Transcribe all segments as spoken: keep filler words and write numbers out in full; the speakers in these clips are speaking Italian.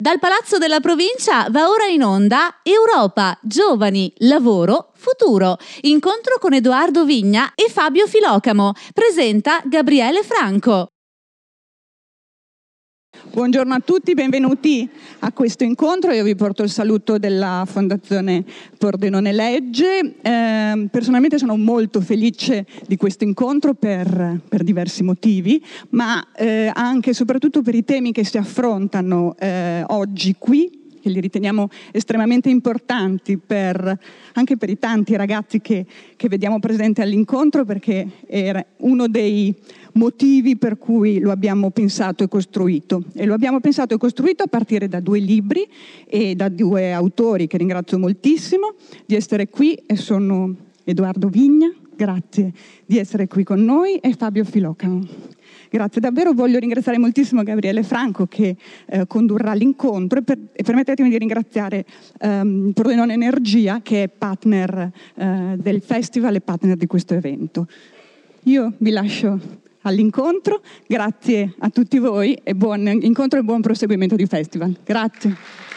Dal Palazzo della Provincia va ora in onda Europa, Giovani, Lavoro, Futuro. Incontro con Edoardo Vigna e Fabio Filocamo. Presenta Gabriele Franco. Buongiorno a tutti, benvenuti a questo incontro. Io vi porto il saluto della Fondazione Pordenone Legge. Eh, personalmente sono molto felice di questo incontro per, per diversi motivi, ma eh, anche e soprattutto per i temi che si affrontano eh, oggi qui, che li riteniamo estremamente importanti per, anche per i tanti ragazzi che, che vediamo presenti all'incontro, perché era uno dei motivi per cui lo abbiamo pensato e costruito. E lo abbiamo pensato e costruito a partire da due libri e da due autori che ringrazio moltissimo di essere qui, e sono Edoardo Vigna, grazie di essere qui con noi, e Fabio Filocamo. Grazie davvero, voglio ringraziare moltissimo Gabriele Franco che eh, condurrà l'incontro e, per, e permettetemi di ringraziare ehm, Pordenone Energia, che è partner eh, del festival e partner di questo evento. Io vi lascio all'incontro, grazie a tutti voi e buon incontro e buon proseguimento di festival. Grazie.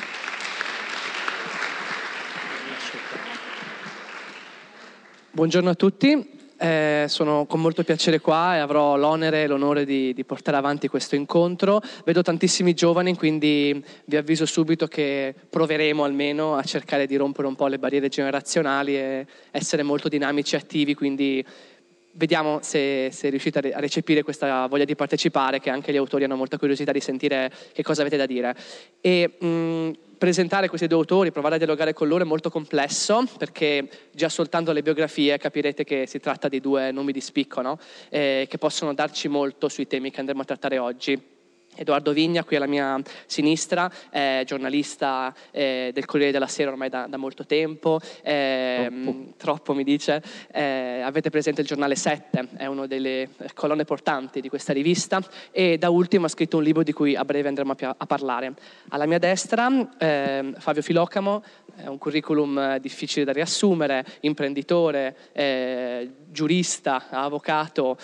Buongiorno a tutti. Eh, sono con molto piacere qua e avrò l'onere e l'onore di, di portare avanti questo incontro. Vedo tantissimi giovani, quindi vi avviso subito che proveremo almeno a cercare di rompere un po' le barriere generazionali e essere molto dinamici e attivi, quindi vediamo se, se riuscite a recepire questa voglia di partecipare, che anche gli autori hanno molta curiosità di sentire che cosa avete da dire. E mh, presentare questi due autori, provare a dialogare con loro è molto complesso, perché già soltanto le biografie capirete che si tratta di due nomi di spicco, no? eh, che possono darci molto sui temi che andremo a trattare oggi. Edoardo Vigna, qui alla mia sinistra, è giornalista eh, del Corriere della Sera ormai da, da molto tempo, eh, troppo. troppo mi dice, eh, avete presente il giornale sette, è una delle colonne portanti di questa rivista, e da ultimo ha scritto un libro di cui a breve andremo a, a parlare. Alla mia destra eh, Fabio Filocamo, è un curriculum difficile da riassumere, imprenditore, eh, giurista, avvocato,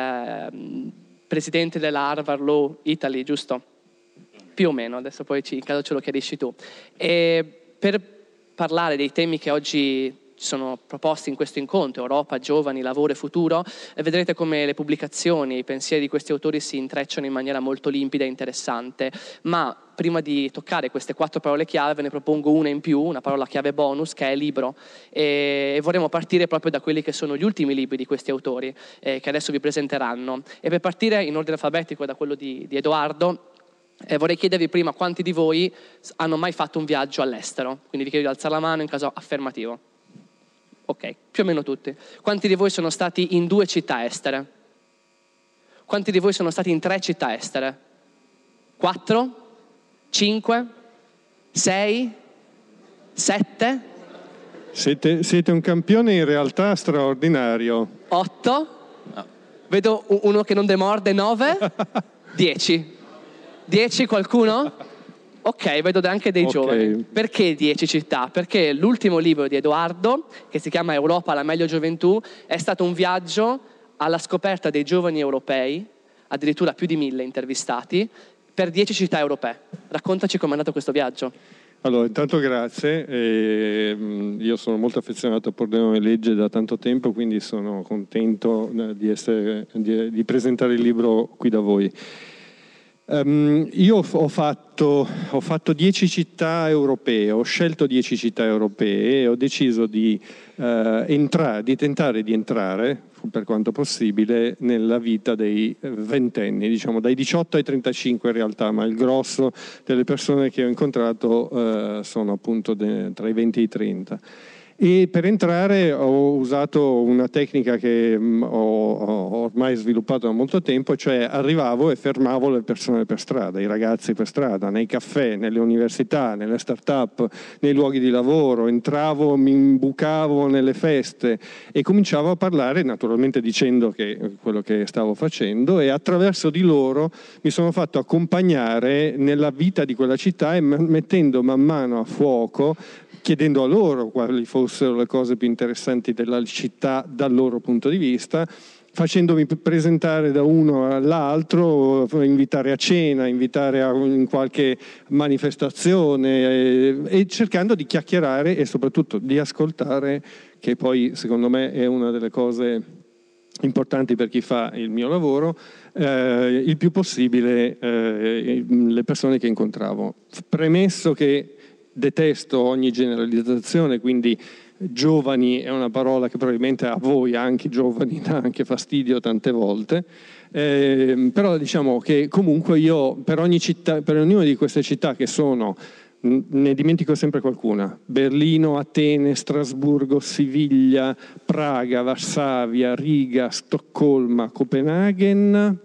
eh, presidente della Harvard Law Italy, giusto? Più o meno, adesso poi ci, in caso ce lo chiarisci tu. E per parlare dei temi che oggi sono proposti in questo incontro, Europa, Giovani, Lavoro e Futuro, e vedrete come le pubblicazioni, i pensieri di questi autori si intrecciano in maniera molto limpida e interessante. Ma prima di toccare queste quattro parole chiave ve ne propongo una in più, una parola chiave bonus, che è libro, e vorremmo partire proprio da quelli che sono gli ultimi libri di questi autori, eh, che adesso vi presenteranno. E per partire in ordine alfabetico da quello di, di Edoardo, Eh, vorrei chiedervi prima quanti di voi hanno mai fatto un viaggio all'estero, quindi vi chiedo di alzare la mano in caso affermativo. Ok, più o meno tutti. Quanti di voi sono stati in due città estere? Quanti di voi sono stati in tre città estere? Quattro? Cinque? Sei? Sette? Siete, siete un campione in realtà straordinario. Otto? No. Vedo uno che non demorde. Nove? Dieci? Dieci qualcuno? Ok, vedo anche dei okay. giovani. Perché dieci città? Perché l'ultimo libro di Edoardo, che si chiama Europa, la meglio gioventù, è stato un viaggio alla scoperta dei giovani europei, addirittura più di mille intervistati, per dieci città europee. Raccontaci com'è andato questo viaggio. Allora, intanto grazie. Eh, io sono molto affezionato a Pordenone Legge da tanto tempo, quindi sono contento di, essere, di, di presentare il libro qui da voi. Um, io ho fatto, ho fatto dieci città europee, ho scelto dieci città europee e ho deciso di, uh, entrare, di tentare di entrare, per quanto possibile, nella vita dei ventenni, diciamo dai diciotto ai trentacinque in realtà, ma il grosso delle persone che ho incontrato uh, sono appunto de, tra i venti e i trenta. E per entrare ho usato una tecnica che mh, ho, ho ormai sviluppato da molto tempo, cioè arrivavo e fermavo le persone per strada, i ragazzi per strada, nei caffè, nelle università, nelle start-up, nei luoghi di lavoro, entravo, mi imbucavo nelle feste e cominciavo a parlare, naturalmente dicendo che quello che stavo facendo, e attraverso di loro mi sono fatto accompagnare nella vita di quella città e m- mettendo man mano a fuoco, chiedendo a loro quali fossero le cose più interessanti della città dal loro punto di vista, facendomi presentare da uno all'altro, invitare a cena, invitare a in qualche manifestazione e, e cercando di chiacchierare e soprattutto di ascoltare, che poi secondo me è una delle cose importanti per chi fa il mio lavoro, eh, il più possibile eh, le persone che incontravo. Premesso che detesto ogni generalizzazione, quindi giovani è una parola che probabilmente a voi, anche giovani, dà anche fastidio tante volte, eh, però diciamo che comunque io per ogni città, per ognuna di queste città che sono, ne dimentico sempre qualcuna: Berlino, Atene, Strasburgo, Siviglia, Praga, Varsavia, Riga, Stoccolma, Copenaghen,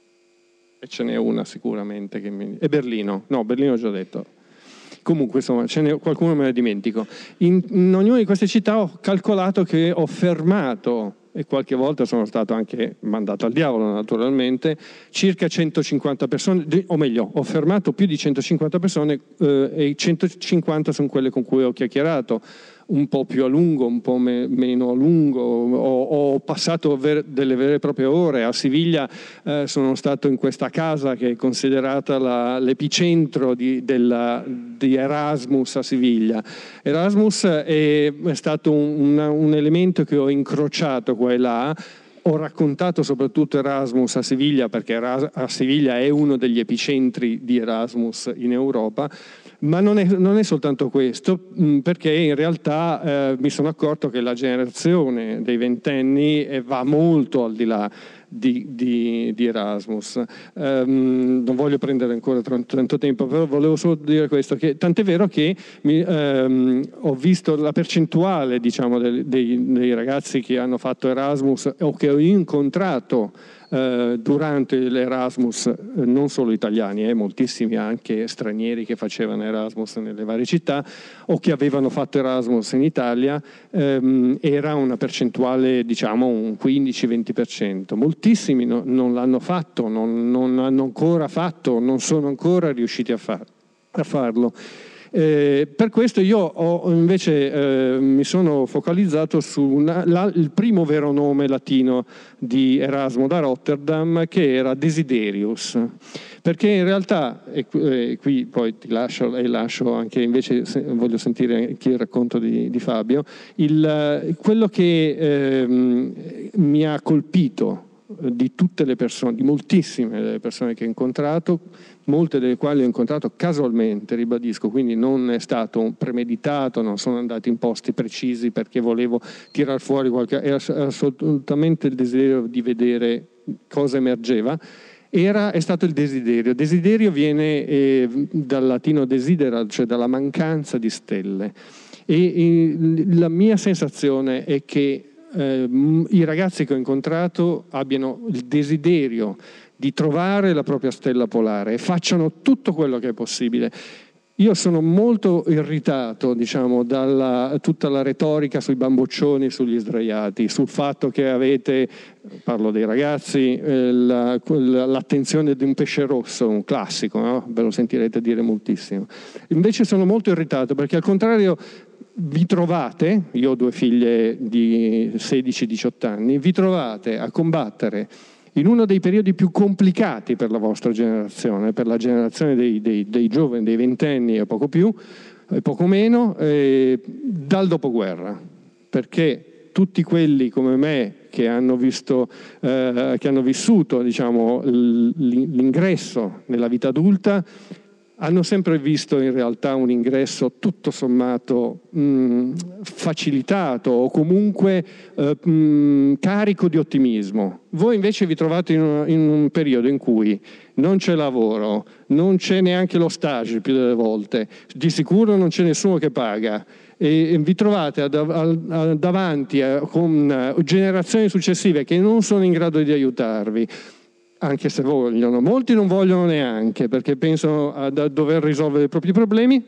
e ce n'è una sicuramente che mi... e Berlino, no, Berlino ho già detto. Comunque, insomma, ce n'è qualcuno, me ne dimentico. In, in ognuna di queste città ho calcolato che ho fermato, e qualche volta sono stato anche mandato al diavolo naturalmente, circa centocinquanta persone, o meglio, ho fermato più di centocinquanta persone eh, e centocinquanta sono quelle con cui ho chiacchierato, un po' più a lungo, un po' me, meno a lungo. Ho, ho passato ver, delle vere e proprie ore. A Siviglia eh, sono stato in questa casa che è considerata la, l'epicentro di, della, di Erasmus a Siviglia. Erasmus è, è stato un, una, un elemento che ho incrociato qua e là. Ho raccontato soprattutto Erasmus a Siviglia, perché a Siviglia è uno degli epicentri di Erasmus in Europa. Ma non è, non è soltanto questo, perché in realtà eh, mi sono accorto che la generazione dei ventenni va molto al di là di, di, di Erasmus. Um, non voglio prendere ancora tanto, tanto tempo, però volevo solo dire questo, che tant'è vero che mi, um, ho visto la percentuale, diciamo, dei, dei, dei ragazzi che hanno fatto Erasmus o che ho incontrato Uh, durante l'Erasmus, uh, non solo italiani, eh, moltissimi anche stranieri che facevano Erasmus nelle varie città o che avevano fatto Erasmus in Italia, um, era una percentuale, diciamo, un quindici venti per cento. Moltissimi no, non l'hanno fatto, non, non hanno ancora fatto, non sono ancora riusciti a, far, a farlo. Eh, per questo io ho invece eh, mi sono focalizzato su una, la, il primo vero nome latino di Erasmo da Rotterdam, che era Desiderius, perché in realtà, e qui, e qui poi ti lascio e lascio anche invece se, voglio sentire anche il racconto di, di Fabio, il, quello che eh, mi ha colpito di tutte le persone, di moltissime delle persone che ho incontrato, molte delle quali ho incontrato casualmente, ribadisco, quindi non è stato premeditato, non sono andati in posti precisi perché volevo tirar fuori qualche, era assolutamente il desiderio di vedere cosa emergeva. Era, è stato il desiderio. Desiderio viene eh, dal latino desidera, cioè dalla mancanza di stelle, e, e la mia sensazione è che Eh, i ragazzi che ho incontrato abbiano il desiderio di trovare la propria stella polare e facciano tutto quello che è possibile. Io sono molto irritato, diciamo, dalla tutta la retorica sui bamboccioni, sugli sdraiati, sul fatto che avete, parlo dei ragazzi, eh, la, l'attenzione di un pesce rosso, un classico, no? Ve lo sentirete dire moltissimo. Invece sono molto irritato perché al contrario vi trovate, io ho due figlie di sedici diciotto anni, vi trovate a combattere in uno dei periodi più complicati per la vostra generazione, per la generazione dei, dei, dei giovani, dei ventenni e poco più, e poco meno, eh, dal dopoguerra, perché tutti quelli come me che hanno visto, eh, che hanno vissuto, diciamo, l'ingresso nella vita adulta, hanno sempre visto in realtà un ingresso tutto sommato mh, facilitato o comunque eh, mh, carico di ottimismo. Voi invece vi trovate in un, in un periodo in cui non c'è lavoro, non c'è neanche lo stage più delle volte, di sicuro non c'è nessuno che paga, e vi trovate ad, ad, ad, davanti a, con generazioni successive che non sono in grado di aiutarvi, anche se vogliono. Molti non vogliono neanche perché pensano a dover risolvere i propri problemi.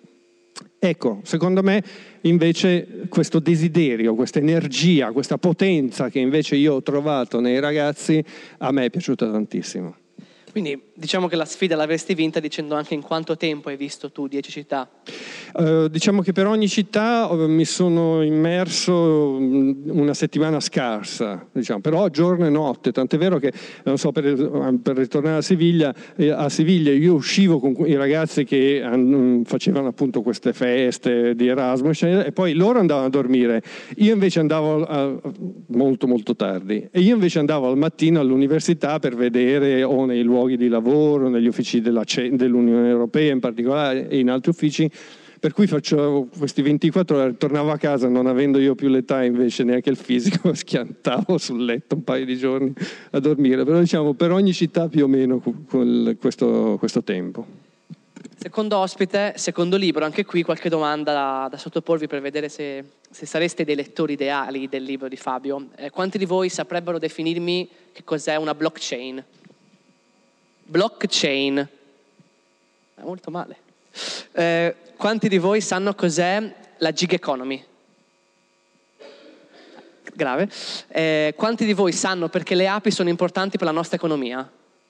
Ecco, secondo me invece questo desiderio, questa energia, questa potenza che invece io ho trovato nei ragazzi, a me è piaciuta tantissimo. Quindi diciamo che la sfida l'avresti vinta dicendo anche in quanto tempo hai visto tu dieci città? Uh, diciamo che per ogni città uh, mi sono immerso una settimana scarsa, diciamo, però giorno e notte, tant'è vero che, non so, per, per ritornare a Siviglia, eh, a Siviglia io uscivo con i ragazzi che um, facevano appunto queste feste di Erasmus e poi loro andavano a dormire, io invece andavo a, molto molto tardi e io invece andavo al mattino all'università per vedere o nei luoghi di lavoro, negli uffici della, dell'Unione Europea in particolare e in altri uffici. Per cui faccio questi ventiquattro ore, tornavo a casa non avendo io più l'età invece neanche il fisico, schiantavo sul letto un paio di giorni a dormire, però diciamo per ogni città più o meno questo, questo tempo. Secondo ospite, secondo libro, anche qui qualche domanda da, da sottoporvi per vedere se, se sareste dei lettori ideali del libro di Fabio. Eh, quanti di voi saprebbero definirmi che cos'è una blockchain? Blockchain. È molto male. Eh, quanti di voi sanno cos'è la gig economy? Grave. Eh, quanti di voi sanno perché le api sono importanti per la nostra economia?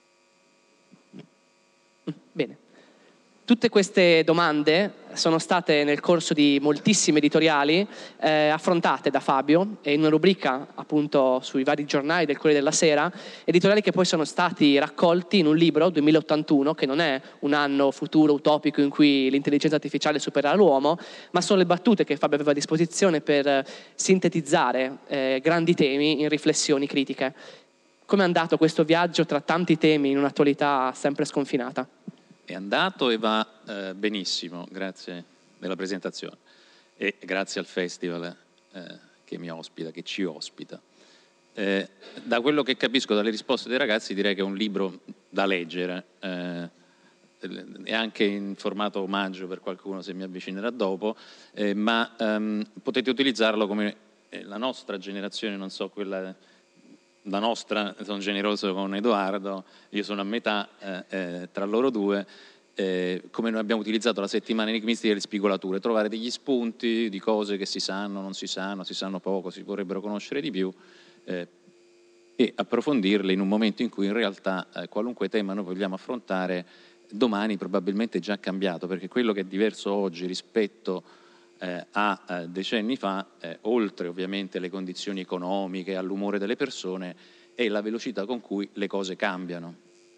Bene. Tutte queste domande sono state nel corso di moltissimi editoriali eh, affrontate da Fabio e in una rubrica appunto sui vari giornali del Corriere della Sera, editoriali che poi sono stati raccolti in un libro, duemilaottantuno, che non è un anno futuro utopico in cui l'intelligenza artificiale supererà l'uomo, ma sono le battute che Fabio aveva a disposizione per sintetizzare eh, grandi temi in riflessioni critiche. Come è andato questo viaggio tra tanti temi in un'attualità sempre sconfinata? È andato e va eh, benissimo, grazie della presentazione e grazie al festival eh, che mi ospita, che ci ospita. Eh, da quello che capisco dalle risposte dei ragazzi direi che è un libro da leggere, eh, e anche in formato omaggio per qualcuno se mi avvicinerà dopo, eh, ma ehm, potete utilizzarlo come eh, la nostra generazione, non so, quella... La nostra, sono generoso con Edoardo, io sono a metà eh, eh, tra loro due, eh, come noi abbiamo utilizzato la settimana enigmistica delle spigolature, trovare degli spunti di cose che si sanno, non si sanno, si sanno poco, si vorrebbero conoscere di più eh, e approfondirle in un momento in cui in realtà eh, qualunque tema noi vogliamo affrontare domani probabilmente è già cambiato, perché quello che è diverso oggi rispetto Eh, a eh, decenni fa, eh, oltre ovviamente alle condizioni economiche, all'umore delle persone, è la velocità con cui le cose cambiano.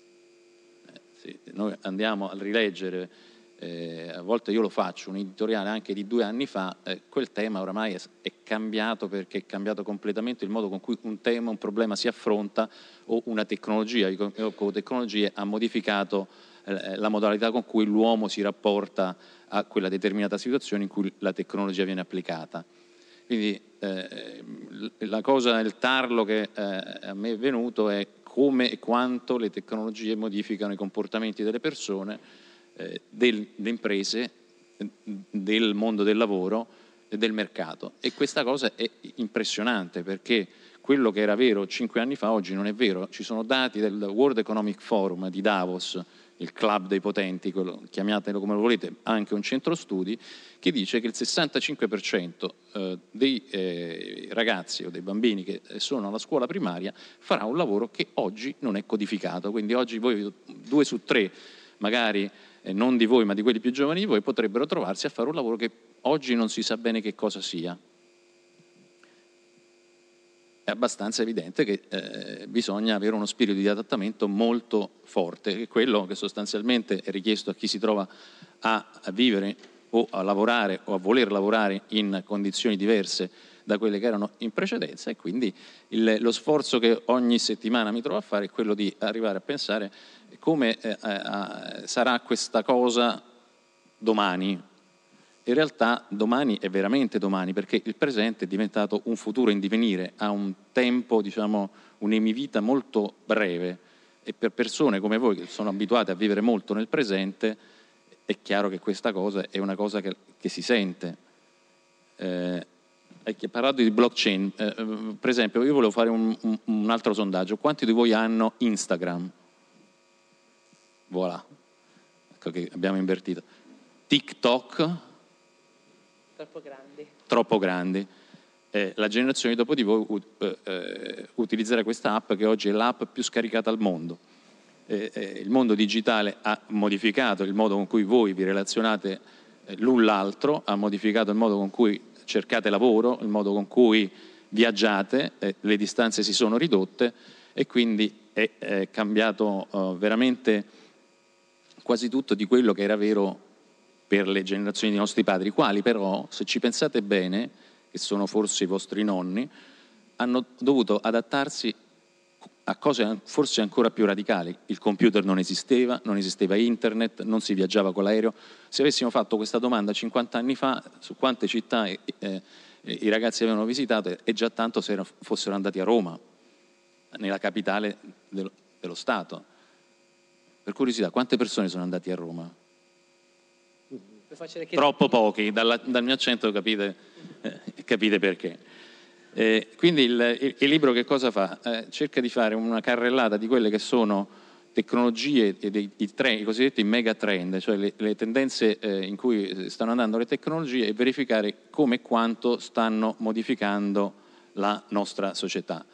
Eh, sì, noi andiamo a rileggere, eh, a volte io lo faccio, un editoriale anche di due anni fa, eh, quel tema oramai è, è cambiato perché è cambiato completamente il modo con cui un tema, un problema si affronta o una tecnologia, io con tecnologie ha modificato eh, la modalità con cui l'uomo si rapporta a quella determinata situazione in cui la tecnologia viene applicata. Quindi eh, la cosa, il tarlo che eh, a me è venuto è come e quanto le tecnologie modificano i comportamenti delle persone, eh, delle imprese, del mondo del lavoro e del mercato. E questa cosa è impressionante perché quello che era vero cinque anni fa oggi non è vero. Ci sono dati del World Economic Forum di Davos, il club dei potenti, quello, chiamatelo come lo volete, anche un centro studi, che dice che il sessantacinque per cento dei eh, ragazzi o dei bambini che sono alla scuola primaria farà un lavoro che oggi non è codificato. Quindi oggi voi, due su tre, magari eh, non di voi ma di quelli più giovani di voi, potrebbero trovarsi a fare un lavoro che oggi non si sa bene che cosa sia. È abbastanza evidente che eh, bisogna avere uno spirito di adattamento molto forte, che è quello che sostanzialmente è richiesto a chi si trova a, a vivere o a lavorare o a voler lavorare in condizioni diverse da quelle che erano in precedenza, e quindi il, lo sforzo che ogni settimana mi trovo a fare è quello di arrivare a pensare come eh, eh, sarà questa cosa domani. In realtà domani è veramente domani, perché il presente è diventato un futuro in divenire, ha un tempo, diciamo, un'emivita molto breve, e per persone come voi che sono abituate a vivere molto nel presente è chiaro che questa cosa è una cosa che, che si sente. Eh, hai parlato di blockchain, eh, per esempio io volevo fare un, un, un altro sondaggio: quanti di voi hanno Instagram? Voilà, ecco che abbiamo invertito. TikTok? Troppo grandi. Troppo grandi. Eh, la generazione dopo di voi uh, uh, utilizzerà questa app, che oggi è l'app più scaricata al mondo. Eh, eh, il mondo digitale ha modificato il modo con cui voi vi relazionate l'un l'altro, ha modificato il modo con cui cercate lavoro, il modo con cui viaggiate, eh, le distanze si sono ridotte e quindi è, è cambiato uh, veramente quasi tutto di quello che era vero per le generazioni dei nostri padri, quali però, se ci pensate bene, che sono forse i vostri nonni, hanno dovuto adattarsi a cose forse ancora più radicali. Il computer non esisteva, non esisteva internet, non si viaggiava con l'aereo. Se avessimo fatto questa domanda cinquanta anni fa su quante città eh, eh, i ragazzi avevano visitato, è già tanto se erano, fossero andati a Roma, nella capitale dello, dello Stato. Per curiosità, quante persone sono andati a Roma? Troppo pochi, dalla, dal mio accento capite, eh, capite perché. Eh, quindi il, il, il libro che cosa fa? Eh, cerca di fare una carrellata di quelle che sono tecnologie e dei, i, tre, i cosiddetti mega trend, cioè le, le tendenze eh, in cui stanno andando le tecnologie, e verificare come e quanto stanno modificando la nostra società.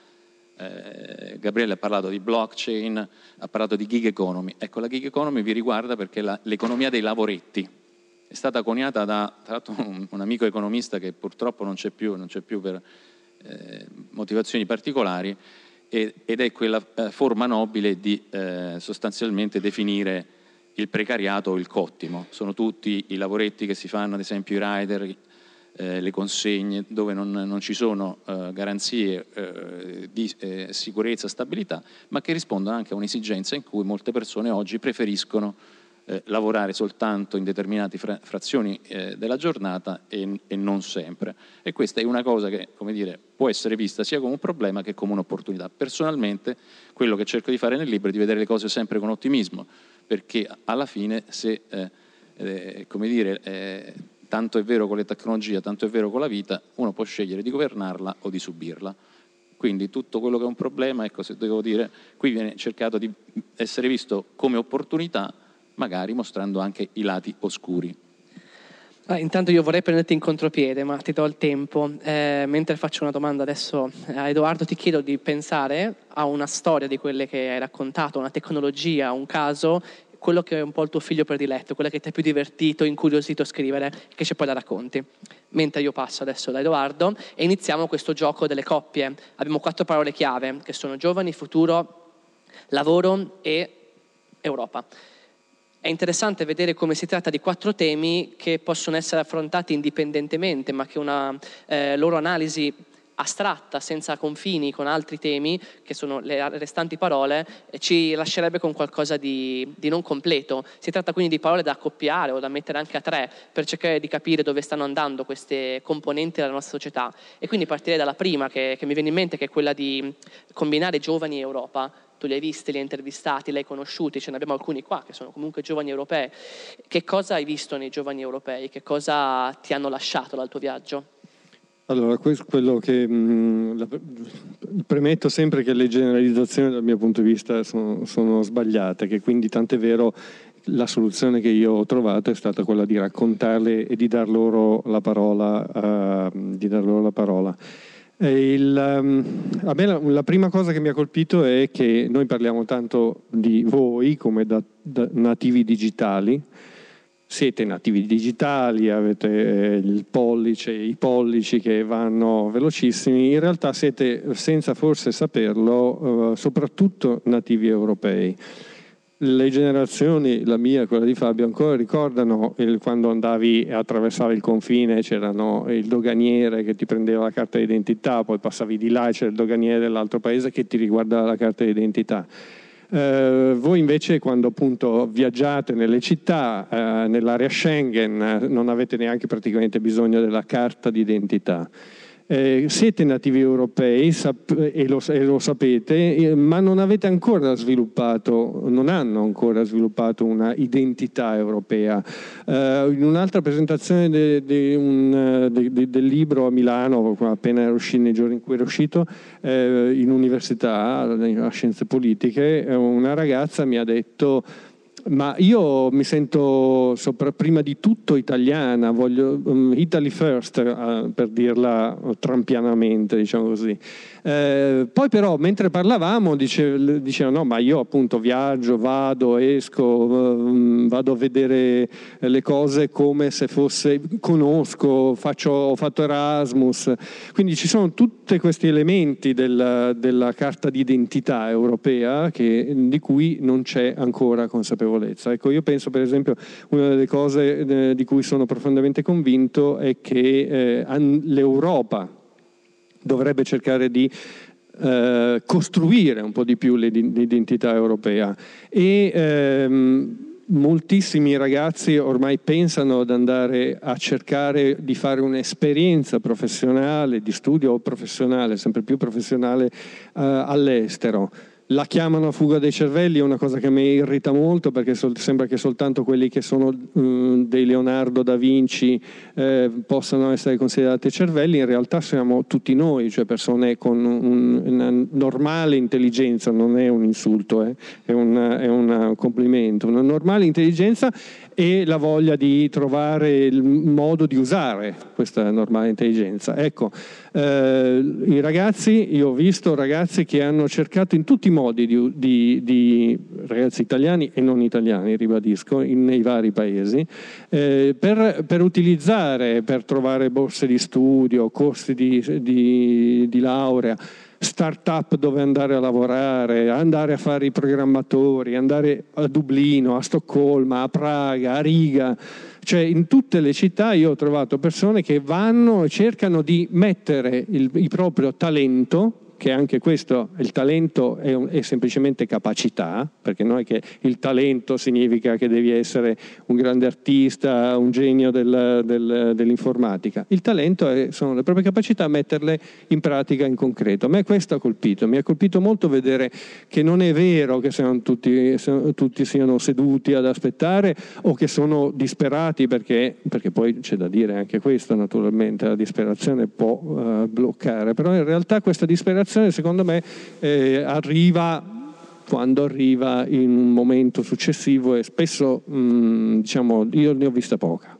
Eh, Gabriele ha parlato di blockchain, ha parlato di gig economy. Ecco, la gig economy vi riguarda perché la, l'economia dei lavoretti è stata coniata da tra l'altro un, un amico economista che purtroppo non c'è più, non c'è più per eh, motivazioni particolari, ed, ed è quella eh, forma nobile di eh, sostanzialmente definire il precariato o il cottimo. Sono tutti i lavoretti che si fanno, ad esempio i rider, eh, le consegne, dove non, non ci sono eh, garanzie eh, di eh, sicurezza e stabilità, ma che rispondono anche a un'esigenza in cui molte persone oggi preferiscono Eh, lavorare soltanto in determinate fra- frazioni eh, della giornata e, e non sempre. E questa è una cosa che, come dire, può essere vista sia come un problema che come un'opportunità. Personalmente, quello che cerco di fare nel libro è di vedere le cose sempre con ottimismo, perché alla fine, se, eh, eh, come dire, eh, tanto è vero con le tecnologie, tanto è vero con la vita, uno può scegliere di governarla o di subirla. Quindi tutto quello che è un problema, ecco, se devo dire, qui viene cercato di essere visto come opportunità, magari mostrando anche i lati oscuri. Ah, intanto io vorrei prenderti in contropiede, ma ti do il tempo. Eh, mentre faccio una domanda adesso a Edoardo, ti chiedo di pensare a una storia di quelle che hai raccontato, una tecnologia, un caso, quello che è un po' il tuo figlio prediletto, quella che ti è più divertito, incuriosito a scrivere, che ci poi la racconti. Mentre io passo adesso da Edoardo e iniziamo questo gioco delle coppie. Abbiamo quattro parole chiave, che sono giovani, futuro, lavoro e Europa. È interessante vedere come si tratta di quattro temi che possono essere affrontati indipendentemente, ma che una eh, loro analisi astratta, senza confini, con altri temi, che sono le restanti parole, ci lascerebbe con qualcosa di, di non completo. Si tratta quindi di parole da accoppiare o da mettere anche a tre, per cercare di capire dove stanno andando queste componenti della nostra società. E quindi partirei dalla prima, che, che mi viene in mente, che è quella di combinare giovani e Europa. Tu li hai visti, li hai intervistati, li hai conosciuti, ce ne abbiamo alcuni qua che sono comunque giovani europei. Che cosa hai visto nei giovani europei? Che cosa ti hanno lasciato dal tuo viaggio? Allora, questo quello che mh, la, premetto sempre che le generalizzazioni dal mio punto di vista sono, sono sbagliate, che quindi tant'è vero la soluzione che io ho trovato è stata quella di raccontarle e di dar loro la parola, uh, di dar loro la parola. Il, um, a me la, la prima cosa che mi ha colpito è che noi parliamo tanto di voi come da, da nativi digitali. Siete nativi digitali, avete il pollice, i pollici che vanno velocissimi, in realtà siete, senza forse saperlo, uh, soprattutto nativi europei. Le generazioni, la mia e quella di Fabio, ancora ricordano il, quando andavi a attraversare il confine, c'erano il doganiere che ti prendeva la carta d'identità, poi passavi di là e c'era il doganiere dell'altro paese che ti riguardava la carta d'identità. Eh, voi invece, quando appunto viaggiate nelle città, eh, nell'area Schengen, eh, non avete neanche praticamente bisogno della carta d'identità. Eh, siete nativi europei sap- e, lo, e lo sapete, eh, ma non avete ancora sviluppato, non hanno ancora sviluppato una identità europea. Eh, in un'altra presentazione de, de un, de, de, del libro a Milano, appena era uscito, nei giorni in cui era uscito, eh, in università, a Scienze Politiche, una ragazza mi ha detto: ma io mi sento sopra, prima di tutto italiana, voglio um, Italy first, uh, per dirla trampianamente, diciamo così. Eh, poi però mentre parlavamo dice, diceva no, ma io appunto viaggio, vado, esco, um, vado a vedere le cose come se fosse, conosco, faccio, ho fatto Erasmus, quindi ci sono tutti questi elementi della, della carta d'identità europea che, di cui non c'è ancora consapevolezza. Ecco, io penso per esempio una delle cose eh, di cui sono profondamente convinto è che eh, l'Europa dovrebbe cercare di eh, costruire un po' di più l'identità europea e ehm, moltissimi ragazzi ormai pensano ad andare a cercare di fare un'esperienza professionale, di studio professionale, sempre più professionale eh, all'estero. La chiamano fuga dei cervelli, è una cosa che mi irrita molto perché sol- sembra che soltanto quelli che sono um, dei Leonardo da Vinci eh, possano essere considerati cervelli. In realtà siamo tutti noi, cioè persone con un, una normale intelligenza, non è un insulto, eh, è, un, è un complimento, una normale intelligenza e la voglia di trovare il modo di usare questa normale intelligenza. Ecco, eh, i ragazzi, io ho visto ragazzi che hanno cercato in tutti i modi di, di, di ragazzi italiani e non italiani, ribadisco, in, nei vari paesi, eh, per, per utilizzare, per trovare borse di studio, corsi di, di, di laurea, start-up dove andare a lavorare, andare a fare i programmatori, andare a Dublino, a Stoccolma, a Praga, a Riga. Cioè in tutte le città io ho trovato persone che vanno e cercano di mettere il, il proprio talento, che anche questo, il talento è, un, è semplicemente capacità, perché non è che il talento significa che devi essere un grande artista, un genio del, del, dell'informatica. Il talento è, sono le proprie capacità, metterle in pratica in concreto. A me questo ha colpito, mi ha colpito molto vedere che non è vero che siano tutti, tutti siano seduti ad aspettare o che sono disperati, perché, perché poi c'è da dire anche questo naturalmente, la disperazione può uh, bloccare, però in realtà questa disperazione secondo me eh, arriva quando arriva in un momento successivo e spesso mh, diciamo io ne ho vista poca.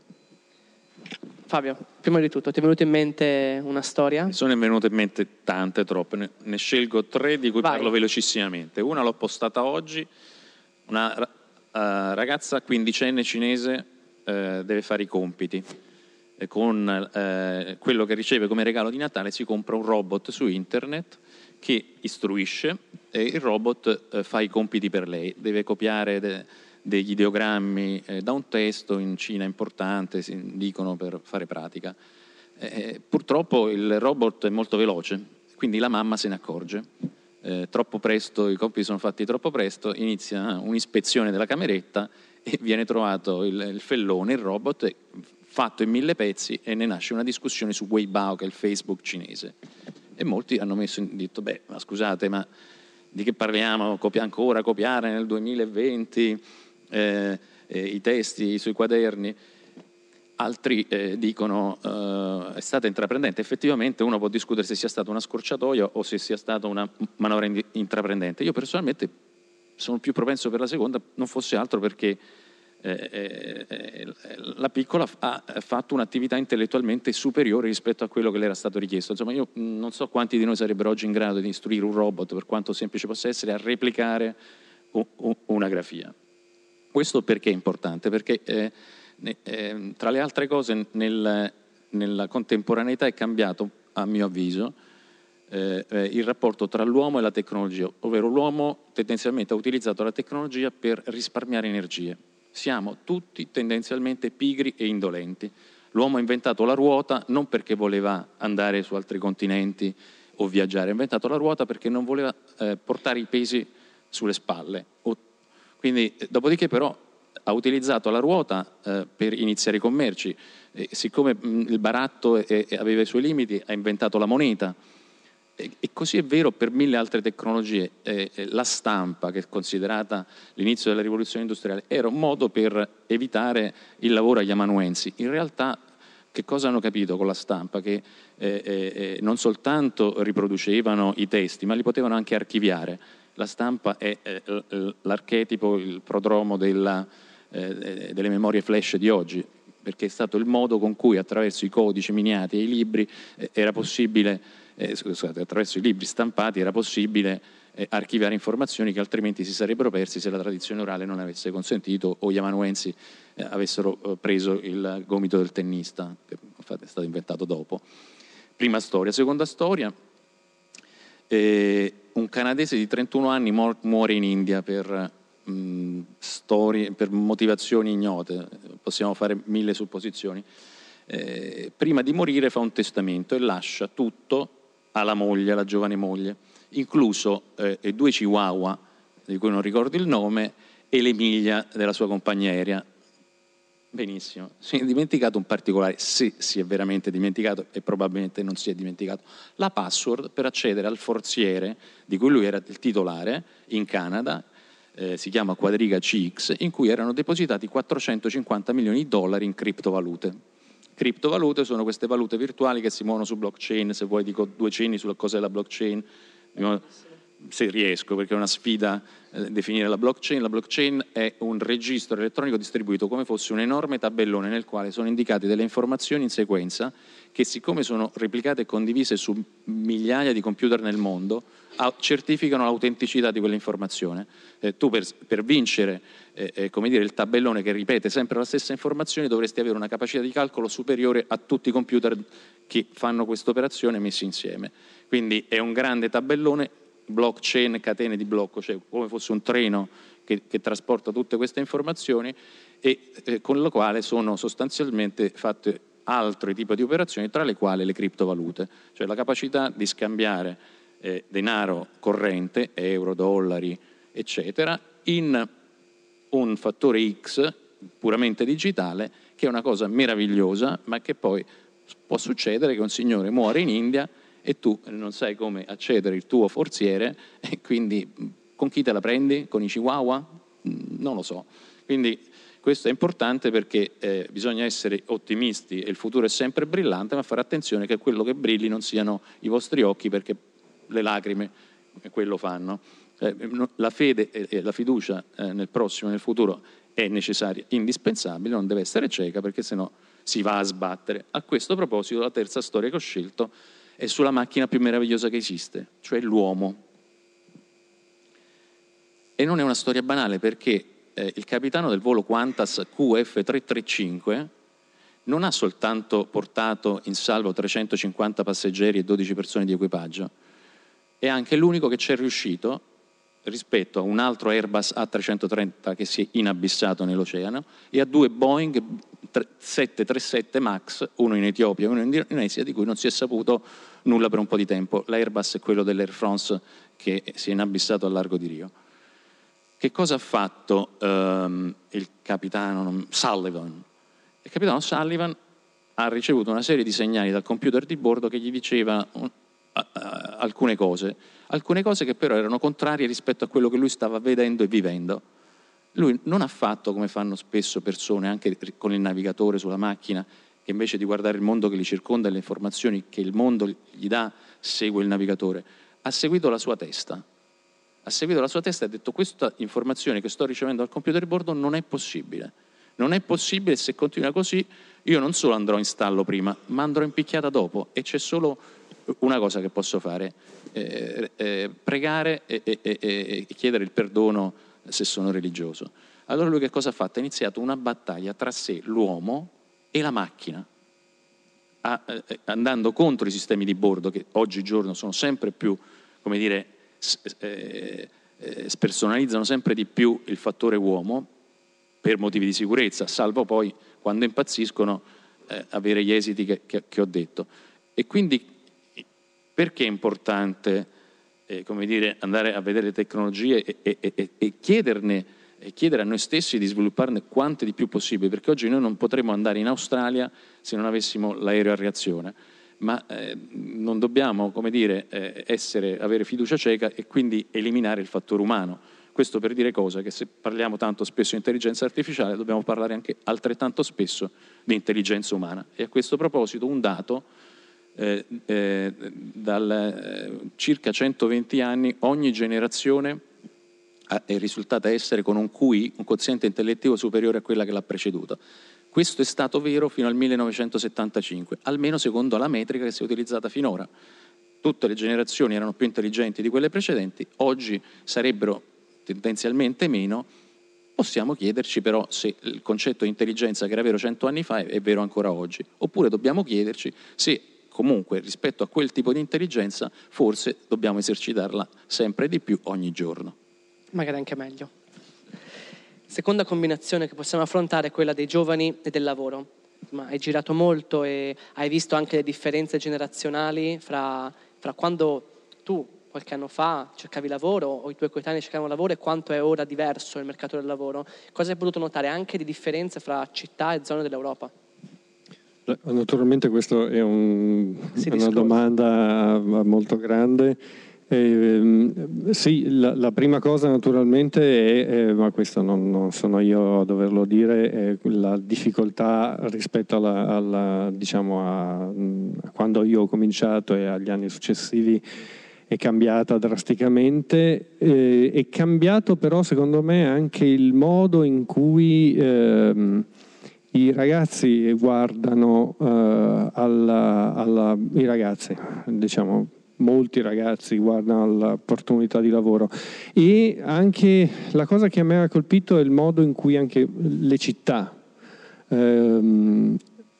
Fabio, prima di tutto ti è venuta in mente una storia? Mi sono venute in mente tante, troppe, ne, ne scelgo tre di cui Vai. Parlo velocissimamente. Una l'ho postata oggi, una uh, ragazza quindicenne cinese uh, deve fare i compiti. Con eh, quello che riceve come regalo di Natale si compra un robot su internet che istruisce e il robot eh, fa i compiti per lei, deve copiare de- degli ideogrammi eh, da un testo in Cina importante, si dicono, per fare pratica. Eh, purtroppo il robot è molto veloce, quindi la mamma se ne accorge. Eh, troppo presto, i compiti sono fatti troppo presto, inizia un'ispezione della cameretta e viene trovato il, il fellone, il robot, e, fatto in mille pezzi, e ne nasce una discussione su Weibo, che è il Facebook cinese. E molti hanno messo in detto, beh, ma scusate, ma di che parliamo? Copia ancora copiare nel duemilaventi eh, eh, i testi sui quaderni? Altri eh, dicono eh, è stata intraprendente. Effettivamente uno può discutere se sia stata una scorciatoia o se sia stata una manovra intraprendente. Io personalmente sono più propenso per la seconda, non fosse altro perché Eh, eh, la piccola ha fatto un'attività intellettualmente superiore rispetto a quello che le era stato richiesto. Insomma, io non so quanti di noi sarebbero oggi in grado di istruire un robot, per quanto semplice possa essere, a replicare una grafia. Questo perché è importante? Perché eh, eh, tra le altre cose nel, nella contemporaneità è cambiato, a mio avviso, eh, eh, il rapporto tra l'uomo e la tecnologia, ovvero l'uomo tendenzialmente ha utilizzato la tecnologia per risparmiare energie. Siamo tutti tendenzialmente pigri e indolenti. L'uomo ha inventato la ruota non perché voleva andare su altri continenti o viaggiare, ha inventato la ruota perché non voleva eh, portare i pesi sulle spalle. O, quindi, dopodiché però ha utilizzato la ruota eh, per iniziare i commerci. E, siccome mh, il baratto e, e aveva i suoi limiti, ha inventato la moneta. E così è vero per mille altre tecnologie. Eh, la stampa, che è considerata l'inizio della rivoluzione industriale, era un modo per evitare il lavoro agli amanuensi. In realtà che cosa hanno capito con la stampa? Che eh, eh, non soltanto riproducevano i testi, ma li potevano anche archiviare. la stampa è eh, l'archetipo, il prodromo della, eh, delle memorie flash di oggi, perché è stato il modo con cui attraverso i codici miniati e i libri eh, era possibile, eh, scusate, attraverso i libri stampati era possibile eh, archiviare informazioni che altrimenti si sarebbero persi se la tradizione orale non avesse consentito o gli amanuensi eh, avessero eh, preso il gomito del tennista, che infatti è stato inventato dopo. Prima storia. Seconda storia, eh, un canadese di trentuno anni mu- muore in India per... storie per motivazioni ignote, possiamo fare mille supposizioni. Eh, prima di morire fa un testamento e lascia tutto alla moglie, alla giovane moglie, incluso eh, i due chihuahua, di cui non ricordo il nome, e l'Emilia della sua compagnia aerea. Benissimo, si è dimenticato un particolare, se si è veramente dimenticato, e probabilmente non si è dimenticato, la password per accedere al forziere di cui lui era il titolare in Canada. Eh, si chiama Quadriga C X, in cui erano depositati quattrocentocinquanta milioni di dollari in criptovalute. Criptovalute sono queste valute virtuali che si muovono su blockchain. Se vuoi dico due cenni su cos'è la blockchain, se riesco, perché è una sfida eh, definire la blockchain. La blockchain è un registro elettronico distribuito come fosse un enorme tabellone nel quale sono indicate delle informazioni in sequenza che, siccome sono replicate e condivise su migliaia di computer nel mondo, certificano l'autenticità di quell'informazione. Eh, tu per, per vincere eh, eh, come dire, il tabellone che ripete sempre la stessa informazione dovresti avere una capacità di calcolo superiore a tutti i computer che fanno questa operazione messi insieme. Quindi è un grande tabellone, blockchain, catene di blocco, cioè come fosse un treno che, che trasporta tutte queste informazioni e eh, con la quale sono sostanzialmente fatte altri tipi di operazioni, tra le quali le criptovalute, cioè la capacità di scambiare eh, denaro corrente, euro, dollari, eccetera, in un fattore X puramente digitale, che è una cosa meravigliosa, ma che poi può succedere che un signore muore in India e tu non sai come accedere il tuo forziere e quindi con chi te la prendi? Con i chihuahua? Non lo so. Quindi questo è importante perché eh, bisogna essere ottimisti e il futuro è sempre brillante, ma fare attenzione che quello che brilli non siano i vostri occhi, perché le lacrime quello fanno. Eh, la fede e la fiducia eh, nel prossimo e nel futuro è necessaria, indispensabile, non deve essere cieca, perché sennò si va a sbattere. A questo proposito la terza storia che ho scelto è sulla macchina più meravigliosa che esiste, cioè l'uomo. E non è una storia banale, perché eh, il capitano del volo Qantas Q F trecentotrentacinque non ha soltanto portato in salvo trecentocinquanta passeggeri e dodici persone di equipaggio, è anche l'unico che ci è riuscito rispetto a un altro Airbus A trecentotrenta che si è inabissato nell'oceano e a due Boeing sette trentasette MAX, uno in Etiopia e uno in Indonesia, di cui non si è saputo nulla per un po' di tempo. L'Airbus è quello dell'Air France che si è inabissato al largo di Rio. Che cosa ha fatto um, il capitano Sullivan? Il capitano Sullivan ha ricevuto una serie di segnali dal computer di bordo che gli diceva un, uh, uh, alcune cose, alcune cose che però erano contrarie rispetto a quello che lui stava vedendo e vivendo. Lui non ha fatto come fanno spesso persone, anche con il navigatore sulla macchina, che invece di guardare il mondo che li circonda e le informazioni che il mondo gli dà, segue il navigatore. Ha seguito la sua testa. Ha seguito la sua testa e ha detto: questa informazione che sto ricevendo dal computer di bordo non è possibile. Non è possibile, se continua così io non solo andrò in stallo prima, ma andrò in picchiata dopo, e c'è solo una cosa che posso fare, eh, eh, pregare e, e, e, e chiedere il perdono se sono religioso. Allora lui che cosa ha fatto? Ha iniziato una battaglia tra sé, l'uomo e la macchina, a, eh, andando contro i sistemi di bordo che oggigiorno sono sempre più, come dire, eh, eh, spersonalizzano sempre di più il fattore uomo per motivi di sicurezza, salvo poi quando impazziscono eh, avere gli esiti che, che, che ho detto. E quindi perché è importante eh, come dire, andare a vedere le tecnologie e, e, e, e chiederne e chiedere a noi stessi di svilupparne quante di più possibile, perché oggi noi non potremo andare in Australia se non avessimo l'aereo a reazione, ma eh, non dobbiamo, come dire, eh, essere, avere fiducia cieca e quindi eliminare il fattore umano. Questo per dire cosa? Che se parliamo tanto spesso di intelligenza artificiale dobbiamo parlare anche altrettanto spesso di intelligenza umana. E a questo proposito un dato Eh, eh, dal eh, circa centoventi anni ogni generazione è risultata essere con un Q I, un quoziente intellettivo superiore a quella che l'ha preceduta. Questo è stato vero fino al millenovecentosettantacinque, almeno secondo la metrica che si è utilizzata finora. Tutte le generazioni erano più intelligenti di quelle precedenti, oggi sarebbero tendenzialmente meno. Possiamo chiederci però se il concetto di intelligenza che era vero cento anni fa è vero ancora oggi, oppure dobbiamo chiederci se comunque rispetto a quel tipo di intelligenza forse dobbiamo esercitarla sempre di più ogni giorno. Magari anche meglio. Seconda combinazione che possiamo affrontare è quella dei giovani e del lavoro. Ma hai girato molto e hai visto anche le differenze generazionali fra, fra quando tu qualche anno fa cercavi lavoro o i tuoi coetanei cercavano lavoro e quanto è ora diverso il mercato del lavoro. Cosa hai potuto notare anche di differenze fra città e zone dell'Europa? Naturalmente questa è un, una domanda molto grande. Eh, sì, la, la prima cosa naturalmente è, eh, ma questo non, non sono io a doverlo dire, è la difficoltà rispetto alla, alla diciamo a, a quando io ho cominciato e agli anni successivi è cambiata drasticamente. Eh, è cambiato però secondo me anche il modo in cui eh, i ragazzi guardano uh, alla, alla, i ragazzi, diciamo molti ragazzi guardano all'opportunità di lavoro, e anche la cosa che a me ha colpito è il modo in cui anche le città ehm,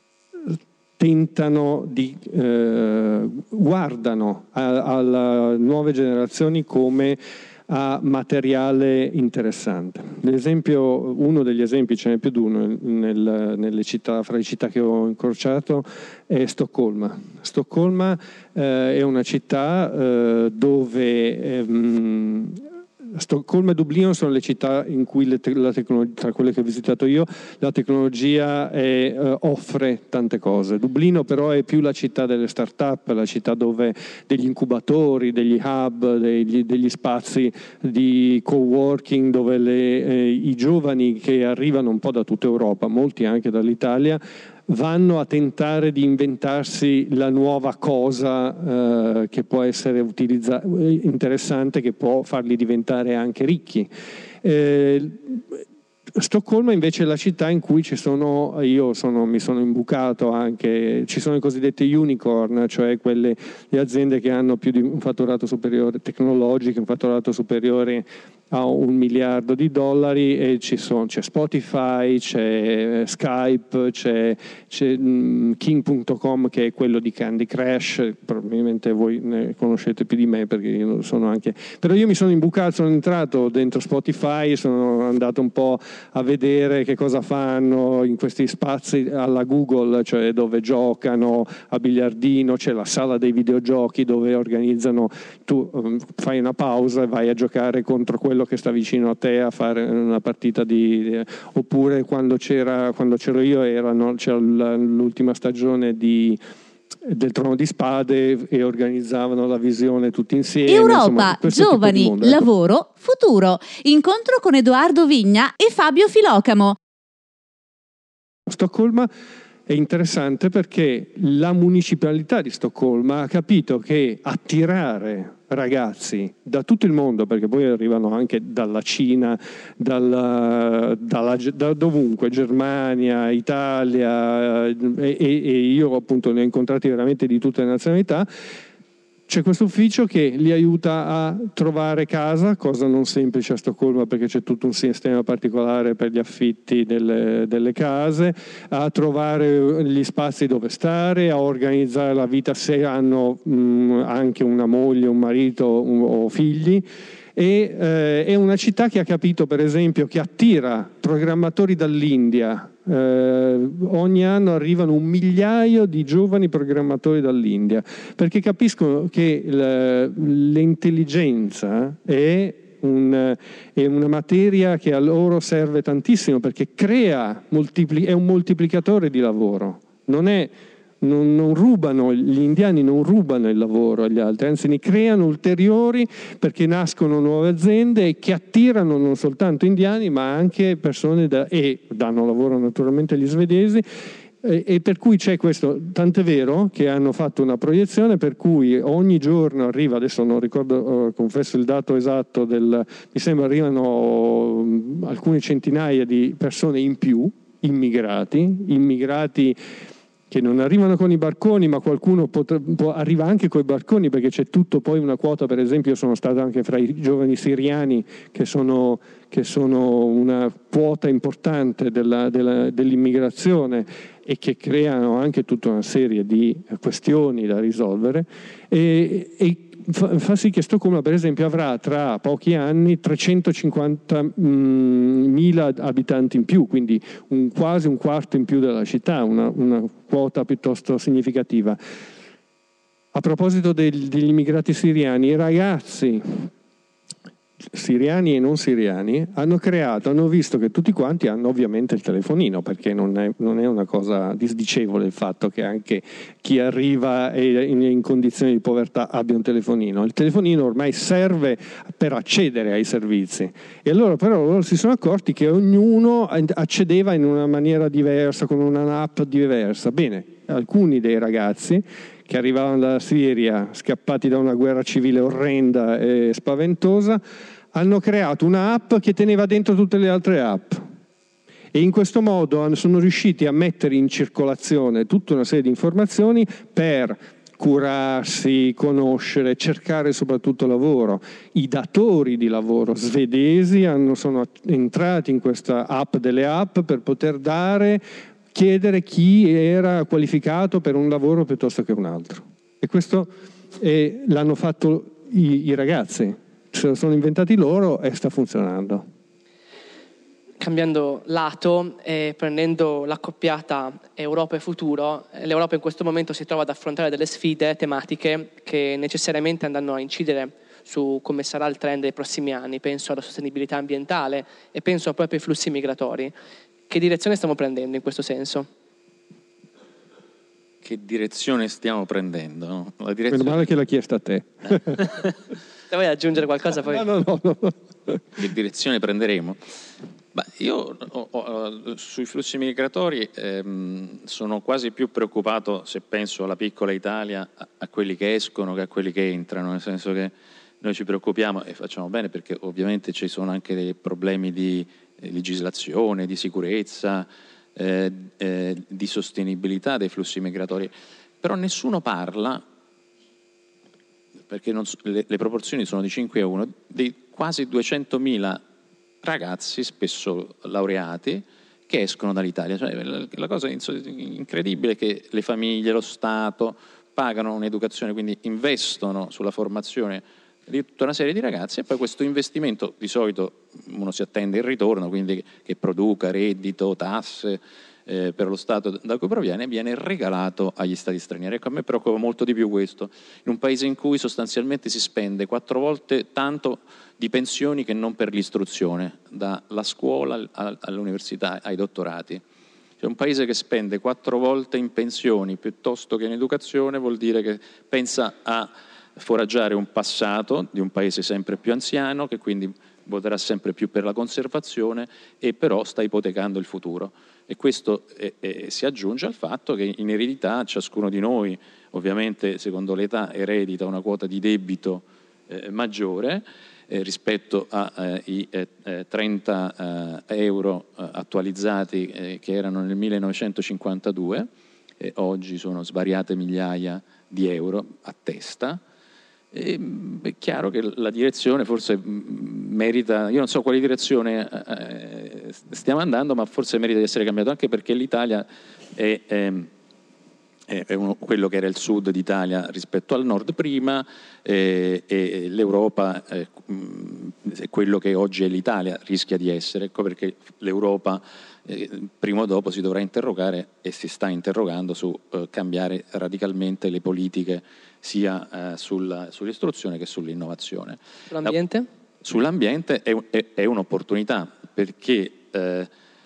tentano di eh, guardano alle nuove generazioni come a materiale interessante. L'esempio, uno degli esempi, ce n'è più di uno nel, nelle città, fra le città che ho incrociato, è Stoccolma. Stoccolma eh, è una città eh, dove ehm, Stoccolma e Dublino sono le città in cui le te- la tecnologia, tra quelle che ho visitato io, la tecnologia è, eh, offre tante cose. Dublino però è più la città delle start-up, la città dove degli incubatori, degli hub, degli, degli spazi di co-working dove le, eh, i giovani che arrivano un po' da tutta Europa, molti anche dall'Italia, vanno a tentare di inventarsi la nuova cosa eh, che può essere utilizzata, interessante, che può farli diventare anche ricchi. Eh, Stoccolma invece è la città in cui ci sono, io sono, mi sono imbucato anche, ci sono i cosiddetti unicorn, cioè quelle le aziende che hanno più di un fatturato superiore, tecnologico, un fatturato superiore a un miliardo di dollari, e ci sono, c'è Spotify, c'è Skype, c'è, c'è um, King punto com, che è quello di Candy Crush, probabilmente voi ne conoscete più di me perché io sono anche, però io mi sono imbucato, sono entrato dentro Spotify, sono andato un po' a vedere che cosa fanno in questi spazi alla Google, cioè dove giocano a biliardino, c'è la sala dei videogiochi dove organizzano, tu um, fai una pausa e vai a giocare contro quello che sta vicino a te a fare una partita di, di oppure quando c'era quando c'ero io erano, c'era l'ultima stagione di del Trono di Spade e organizzavano la visione tutti insieme. Europa, insomma, giovani, mondo, ecco. Lavoro, futuro. Incontro con Edoardo Vigna e Fabio Filocamo. Stoccolma è interessante perché la municipalità di Stoccolma ha capito che attirare ragazzi da tutto il mondo, perché poi arrivano anche dalla Cina, dalla, dalla, da dovunque, Germania, Italia, e, e io appunto ne ho incontrati veramente di tutte le nazionalità. C'è questo ufficio che li aiuta a trovare casa, cosa non semplice a Stoccolma perché c'è tutto un sistema particolare per gli affitti delle, delle case, a trovare gli spazi dove stare, a organizzare la vita se hanno mh, anche una moglie, un marito un, o figli. E eh, è una città che ha capito, per esempio, che attira programmatori dall'India. Eh, ogni anno arrivano un migliaio di giovani programmatori dall'India perché capiscono che l'intelligenza è, un, è una materia che a loro serve tantissimo perché crea, multipli, è un moltiplicatore di lavoro, non è Non, non rubano, gli indiani non rubano il lavoro agli altri, anzi ne creano ulteriori perché nascono nuove aziende che attirano non soltanto indiani ma anche persone da, e danno lavoro naturalmente agli svedesi E, e per cui c'è questo, tant'è vero che hanno fatto una proiezione per cui ogni giorno arriva, adesso non ricordo, eh, confesso il dato esatto, del, mi sembra arrivano mh, alcune centinaia di persone in più, immigrati, immigrati che non arrivano con i barconi, ma qualcuno potrà, può, arriva anche con i barconi, perché c'è tutto poi una quota. Per esempio, io sono stato anche fra i giovani siriani, che sono, che sono una quota importante della, della, dell'immigrazione e che creano anche tutta una serie di questioni da risolvere, e, e fa, fa sì che Stoccolma, per esempio, avrà tra pochi anni trecentocinquantamila abitanti in più, quindi un, quasi un quarto in più della città, una, una quota piuttosto significativa. A proposito del, degli immigrati siriani, i ragazzi siriani e non siriani hanno creato, hanno visto che tutti quanti hanno ovviamente il telefonino, perché non è, non è una cosa disdicevole il fatto che anche chi arriva in, in condizioni di povertà abbia un telefonino. Il telefonino ormai serve per accedere ai servizi, e allora però loro si sono accorti che ognuno accedeva in una maniera diversa, con un'app diversa. Bene, alcuni dei ragazzi che arrivavano dalla Siria, scappati da una guerra civile orrenda e spaventosa, hanno creato una app che teneva dentro tutte le altre app, e in questo modo sono riusciti a mettere in circolazione tutta una serie di informazioni per curarsi, conoscere, cercare soprattutto lavoro. I datori di lavoro svedesi hanno, sono entrati in questa app delle app per poter dare, chiedere chi era qualificato per un lavoro piuttosto che un altro. E questo eh, l'hanno fatto i, i ragazzi, se lo sono inventati loro e sta funzionando. Cambiando lato e prendendo l'accoppiata Europa e futuro, l'Europa in questo momento si trova ad affrontare delle sfide tematiche che necessariamente andranno a incidere su come sarà il trend dei prossimi anni. Penso alla sostenibilità ambientale e penso proprio ai flussi migratori. Che direzione stiamo prendendo in questo senso? Che direzione stiamo prendendo? La direzione... Meno male che l'ha chiesta a te. Se vuoi aggiungere qualcosa poi... No, no, no, no. Che direzione prenderemo? Beh, io ho, ho, sui flussi migratori ehm, sono quasi più preoccupato, se penso alla piccola Italia, a, a quelli che escono che a quelli che entrano, nel senso che noi ci preoccupiamo, e facciamo bene, perché ovviamente ci sono anche dei problemi di eh, legislazione, di sicurezza, eh, eh, di sostenibilità dei flussi migratori, però nessuno parla, perché non, le, le proporzioni sono di cinque a uno, di quasi duecentomila ragazzi, spesso laureati, che escono dall'Italia. Cioè, la, la cosa incredibile è che le famiglie, lo Stato pagano un'educazione, quindi investono sulla formazione di tutta una serie di ragazzi, e poi questo investimento di solito uno si attende il ritorno, quindi che produca reddito, tasse eh, per lo Stato da cui proviene, viene regalato agli Stati stranieri. Ecco, a me preoccupa molto di più questo, in un paese in cui sostanzialmente si spende quattro volte tanto di pensioni che non per l'istruzione, dalla scuola all'università ai dottorati. Cioè, un paese che spende quattro volte in pensioni piuttosto che in educazione vuol dire che pensa a foraggiare un passato di un paese sempre più anziano, che quindi voterà sempre più per la conservazione, e però sta ipotecando il futuro. E questo eh, eh, si aggiunge al fatto che in eredità ciascuno di noi, ovviamente secondo l'età, eredita una quota di debito eh, maggiore eh, rispetto ai eh, eh, trenta eh, euro eh, attualizzati eh, che erano nel millenovecentocinquantadue, e oggi sono svariate migliaia di euro a testa. E, è chiaro che la direzione forse merita, io non so quale direzione eh, stiamo andando, ma forse merita di essere cambiato, anche perché l'Italia è, è, è uno, quello che era il sud d'Italia rispetto al nord prima, eh, e l'Europa è, è quello che oggi è l'Italia, rischia di essere. Ecco perché l'Europa eh, prima o dopo si dovrà interrogare, e si sta interrogando, su eh, cambiare radicalmente le politiche sia eh, sul, sull'istruzione che sull'innovazione. Sull'ambiente? La, sull'ambiente è, è, è un'opportunità, perché eh,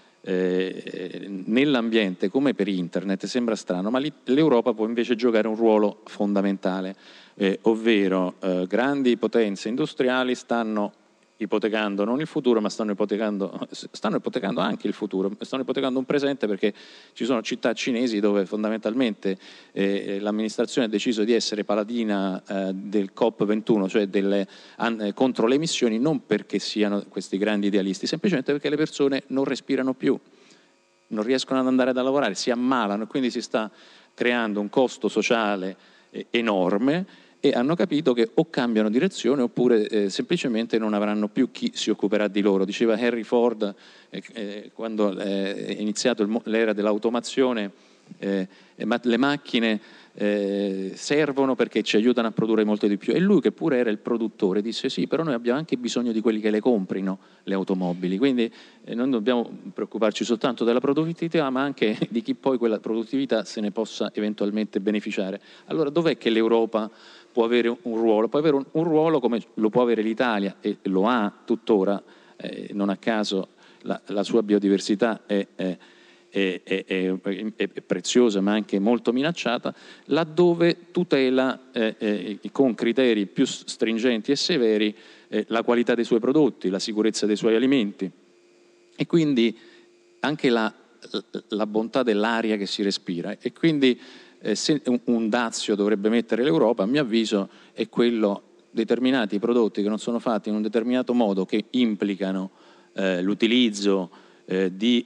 eh, nell'ambiente, come per internet, sembra strano, ma l'Europa può invece giocare un ruolo fondamentale, eh, ovvero eh, grandi potenze industriali stanno ipotecando non il futuro, ma stanno ipotecando, stanno ipotecando anche il futuro, stanno ipotecando un presente, perché ci sono città cinesi dove fondamentalmente eh, l'amministrazione ha deciso di essere paladina eh, del COP ventuno, cioè delle, an, contro le emissioni, non perché siano questi grandi idealisti, semplicemente perché le persone non respirano più, non riescono ad andare a lavorare, si ammalano, e quindi si sta creando un costo sociale eh, enorme, e hanno capito che o cambiano direzione oppure eh, semplicemente non avranno più chi si occuperà di loro. Diceva Henry Ford eh, eh, quando eh, è iniziato il, l'era dell'automazione, eh, ma le macchine eh, servono perché ci aiutano a produrre molto di più, e lui, che pure era il produttore, disse sì, però noi abbiamo anche bisogno di quelli che le comprino le automobili, quindi eh, non dobbiamo preoccuparci soltanto della produttività, ma anche di chi poi quella produttività se ne possa eventualmente beneficiare. Allora dov'è che l'Europa può avere un ruolo? Può avere un, un ruolo come lo può avere l'Italia, e lo ha tuttora, eh, non a caso la, la sua biodiversità è, è, è, è, è, è preziosa, ma anche molto minacciata, laddove tutela eh, eh, con criteri più stringenti e severi eh, la qualità dei suoi prodotti, la sicurezza dei suoi alimenti, e quindi anche la, la bontà dell'aria che si respira. E quindi Eh, se un, un dazio dovrebbe mettere l'Europa, a mio avviso, è quello: determinati prodotti che non sono fatti in un determinato modo, che implicano eh, l'utilizzo eh, di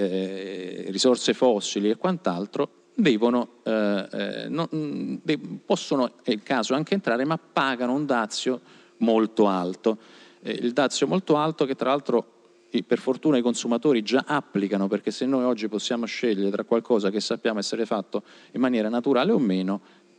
eh, risorse fossili e quant'altro, devono, eh, eh, non, de, possono, è il caso, anche entrare, ma pagano un dazio molto alto. Eh, il dazio molto alto che tra l'altro per fortuna i consumatori già applicano, perché se noi oggi possiamo scegliere tra qualcosa che sappiamo essere fatto in maniera naturale o meno,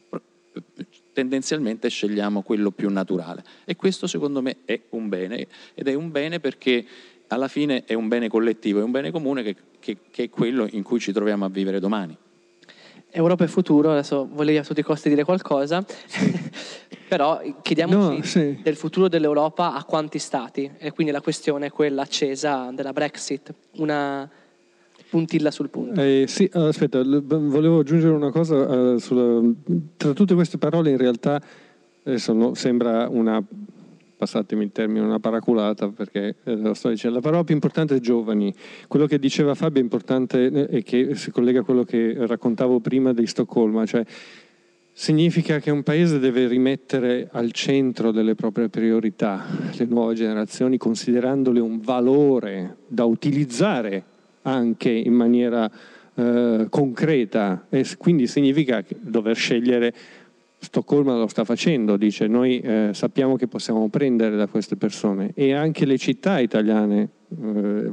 tendenzialmente scegliamo quello più naturale, e questo secondo me è un bene, ed è un bene perché alla fine è un bene collettivo, è un bene comune che, che, che è quello in cui ci troviamo a vivere domani. Europa e futuro, adesso volevi a tutti i costi dire qualcosa, sì. Però chiediamoci no, sì. del futuro dell'Europa a quanti stati, e quindi la questione è quella accesa della Brexit, una puntilla sul punto. Eh, sì, aspetta, volevo aggiungere una cosa uh, sulla, tra tutte queste parole in realtà adesso no, sembra una, passatemi il termine, una paraculata, perché eh, lo sto dicendo, la parola più importante è giovani. Quello che diceva Fabio è importante e eh, che si collega a quello che raccontavo prima di Stoccolma, cioè significa che un paese deve rimettere al centro delle proprie priorità le nuove generazioni, considerandole un valore da utilizzare anche in maniera eh, concreta, e quindi significa dover scegliere. Stoccolma lo sta facendo, dice noi eh, sappiamo che possiamo prendere da queste persone, e anche le città italiane eh,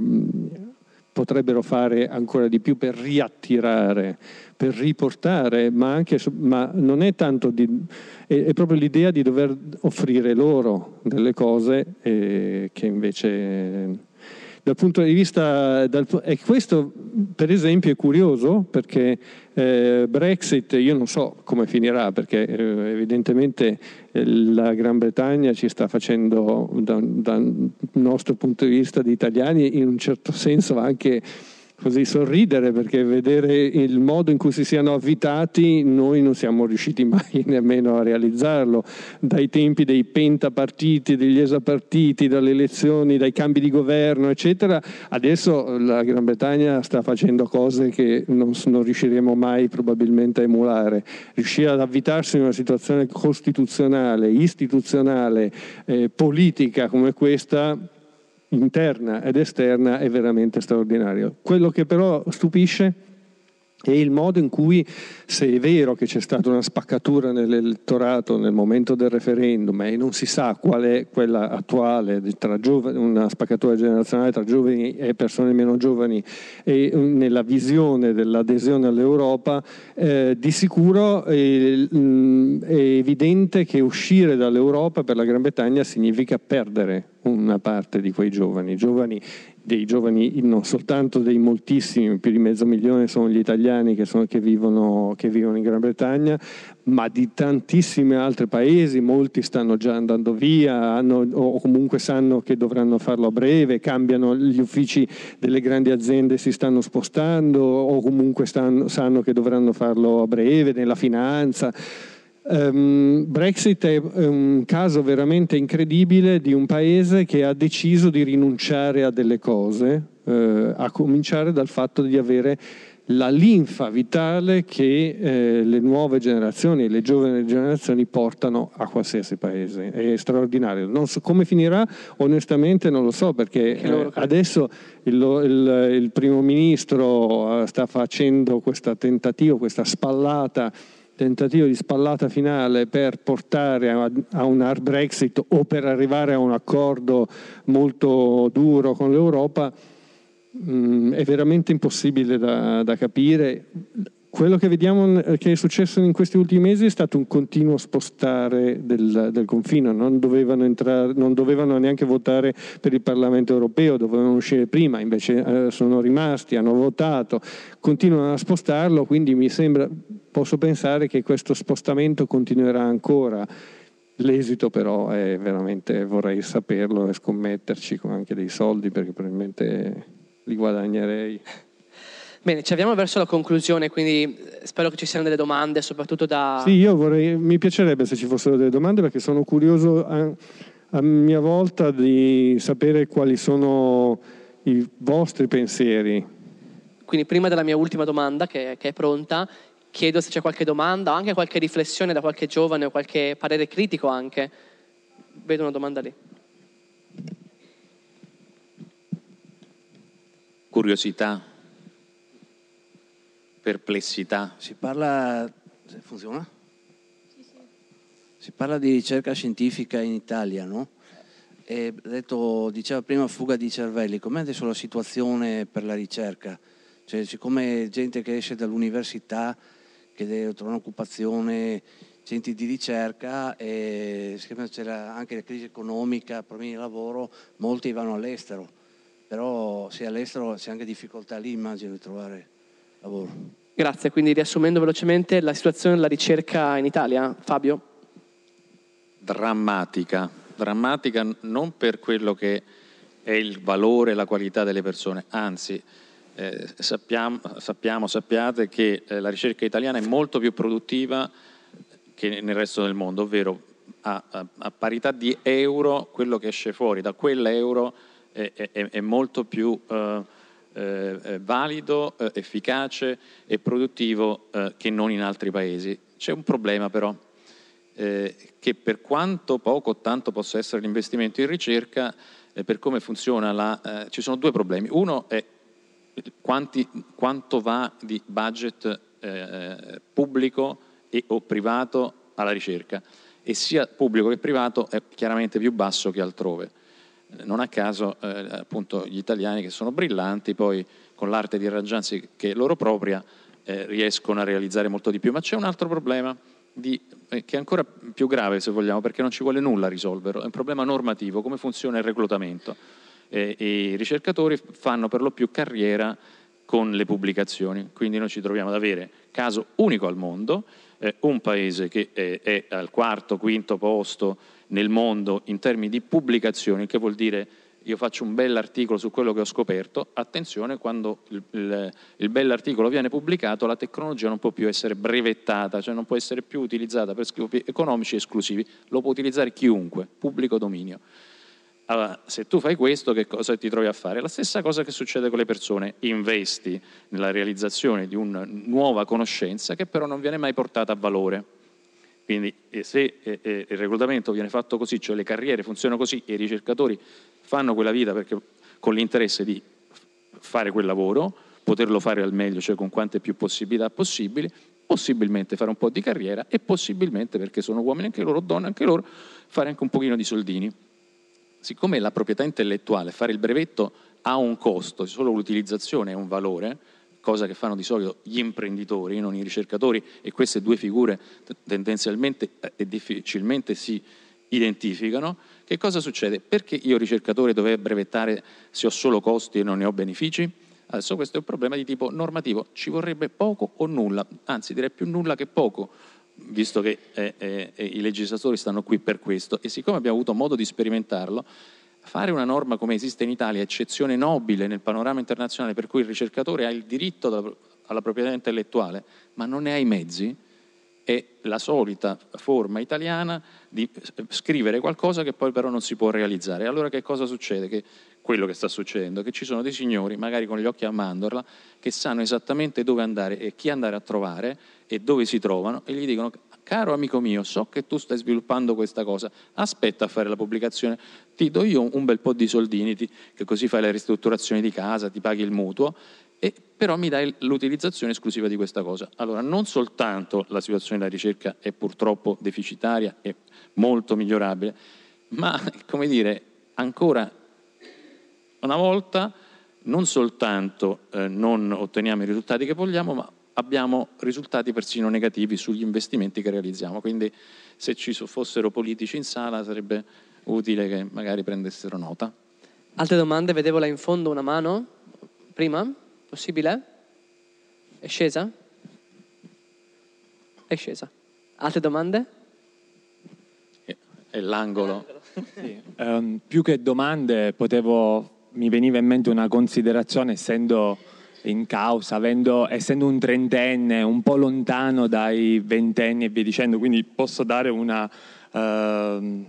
potrebbero fare ancora di più per riattirare, per riportare, ma anche ma non è tanto di, è, è proprio l'idea di dover offrire loro delle cose eh, che invece dal punto di vista dal, e questo per esempio è curioso perché eh, Brexit io non so come finirà, perché eh, evidentemente eh, la Gran Bretagna ci sta facendo dal da nostro punto di vista di italiani in un certo senso anche così sorridere, perché vedere il modo in cui si siano avvitati noi non siamo riusciti mai nemmeno a realizzarlo, dai tempi dei pentapartiti, degli esapartiti, dalle elezioni, dai cambi di governo eccetera. Adesso la Gran Bretagna sta facendo cose che non, non riusciremo mai probabilmente a emulare. Riuscire ad avvitarsi in una situazione costituzionale, istituzionale, eh, politica come questa, interna ed esterna, è veramente straordinario. Quello che però stupisce è il modo in cui, se è vero che c'è stata una spaccatura nell'elettorato nel momento del referendum e non si sa qual è quella attuale, tra giovani, una spaccatura generazionale tra giovani e persone meno giovani, e nella visione dell'adesione all'Europa, eh, di sicuro è, è evidente che uscire dall'Europa per la Gran Bretagna significa perdere una parte di quei giovani, giovani dei giovani non soltanto dei moltissimi, più di mezzo milione sono gli italiani che, sono, che, vivono, che vivono in Gran Bretagna, ma di tantissimi altri paesi. Molti stanno già andando via, hanno, o comunque sanno che dovranno farlo a breve, cambiano gli uffici delle grandi aziende, si stanno spostando, o comunque stanno, sanno che dovranno farlo a breve, nella finanza. Um, Brexit è un caso veramente incredibile di un paese che ha deciso di rinunciare a delle cose, eh, a cominciare dal fatto di avere la linfa vitale che eh, le nuove generazioni, le giovani generazioni portano a qualsiasi paese. È straordinario. Non so come finirà, onestamente non lo so, perché eh, adesso il, il, il primo ministro sta facendo questo tentativo, questa spallata tentativo di spallata finale per portare a, a un hard Brexit o per arrivare a un accordo molto duro con l'Europa. Mm, è veramente impossibile da, da capire. Quello che vediamo che è successo in questi ultimi mesi è stato un continuo spostare del, del confine. Non dovevano entrare, non dovevano neanche votare per il Parlamento europeo, dovevano uscire prima, invece eh, sono rimasti, hanno votato, continuano a spostarlo, quindi mi sembra, posso pensare che questo spostamento continuerà ancora. L'esito però è veramente, vorrei saperlo e scommetterci con anche dei soldi, perché probabilmente li guadagnerei. Bene, ci avviamo verso la conclusione, quindi spero che ci siano delle domande, soprattutto da... Sì, io vorrei, mi piacerebbe se ci fossero delle domande, perché sono curioso a, a mia volta di sapere quali sono i vostri pensieri. Quindi prima della mia ultima domanda, che, che è pronta, chiedo se c'è qualche domanda o anche qualche riflessione da qualche giovane o qualche parere critico anche. Vedo una domanda lì. Curiosità. Perplessità. Si parla, funziona? Sì, sì. Si parla di ricerca scientifica in Italia, no? E detto, diceva prima fuga di cervelli, com'è adesso la situazione per la ricerca? Cioè, siccome gente che esce dall'università, che deve trovare un'occupazione, centri di ricerca, e c'era anche la crisi economica, problemi di lavoro, molti vanno all'estero, però se all'estero c'è anche difficoltà lì, immagino, di trovare lavoro. Grazie, quindi riassumendo velocemente la situazione della ricerca in Italia, Fabio? Drammatica, drammatica non per quello che è il valore e la qualità delle persone, anzi eh, sappiamo, sappiamo, sappiate che eh, la ricerca italiana è molto più produttiva che nel resto del mondo, ovvero a, a, a parità di euro quello che esce fuori da quell'euro è, è, è molto più... Eh, Eh, valido, eh, efficace e produttivo eh, che non in altri paesi. C'è un problema però, eh, che per quanto poco o tanto possa essere l'investimento in ricerca, eh, per come funziona la, eh, ci sono due problemi. Uno è quanti, quanto va di budget eh, pubblico e o privato alla ricerca, e sia pubblico che privato è chiaramente più basso che altrove. Non a caso eh, appunto gli italiani, che sono brillanti, poi con l'arte di arrangiarsi che è loro propria eh, riescono a realizzare molto di più. Ma c'è un altro problema di, eh, che è ancora più grave, se vogliamo, perché non ci vuole nulla a risolverlo. È un problema normativo, come funziona il reclutamento. Eh, I ricercatori fanno per lo più carriera con le pubblicazioni, quindi noi ci troviamo ad avere, caso unico al mondo, eh, un paese che è, è al quarto, quinto posto nel mondo in termini di pubblicazioni, che vuol dire io faccio un bell'articolo su quello che ho scoperto. Attenzione, quando il, il, il bell'articolo viene pubblicato la tecnologia non può più essere brevettata, cioè non può essere più utilizzata per scopi economici esclusivi, lo può utilizzare chiunque, pubblico dominio. Allora, se tu fai questo, che cosa ti trovi a fare? La stessa cosa che succede con le persone: investi nella realizzazione di una nuova conoscenza che però non viene mai portata a valore. Quindi se eh, il reclutamento viene fatto così, cioè le carriere funzionano così e i ricercatori fanno quella vita perché con l'interesse di fare quel lavoro, poterlo fare al meglio, cioè con quante più possibilità possibili, possibilmente fare un po' di carriera e possibilmente, perché sono uomini anche loro, donne anche loro, fare anche un pochino di soldini. Siccome la proprietà intellettuale, fare il brevetto ha un costo, solo l'utilizzazione è un valore, cosa che fanno di solito gli imprenditori, non i ricercatori, e queste due figure tendenzialmente e difficilmente si identificano, che cosa succede? Perché io ricercatore dovrei brevettare se ho solo costi e non ne ho benefici? Adesso questo è un problema di tipo normativo, ci vorrebbe poco o nulla, anzi direi più nulla che poco, visto che eh, eh, i legislatori stanno qui per questo, e siccome abbiamo avuto modo di sperimentarlo, fare una norma come esiste in Italia, eccezione nobile nel panorama internazionale, per cui il ricercatore ha il diritto alla proprietà intellettuale, ma non ne ha i mezzi, è la solita forma italiana di scrivere qualcosa che poi però non si può realizzare. Allora che cosa succede? Che quello che sta succedendo è che ci sono dei signori, magari con gli occhi a mandorla, che sanno esattamente dove andare e chi andare a trovare e dove si trovano, e gli dicono: caro amico mio, so che tu stai sviluppando questa cosa, aspetta a fare la pubblicazione, ti do io un bel po' di soldini, ti, che così fai le ristrutturazioni di casa, ti paghi il mutuo, e però mi dai l'utilizzazione esclusiva di questa cosa. Allora, non soltanto la situazione della ricerca è purtroppo deficitaria e molto migliorabile, ma, come dire, ancora una volta non soltanto eh, non otteniamo i risultati che vogliamo, ma abbiamo risultati persino negativi sugli investimenti che realizziamo. Quindi se ci fossero politici in sala sarebbe utile che magari prendessero nota. Altre domande? Vedevo là in fondo una mano. Prima? Possibile? È scesa? È scesa. Altre domande? È l'angolo. Sì. Um, più che domande potevo, mi veniva in mente una considerazione, essendo in causa, avendo, essendo un trentenne un po' lontano dai ventenni e via dicendo, quindi posso dare una uh,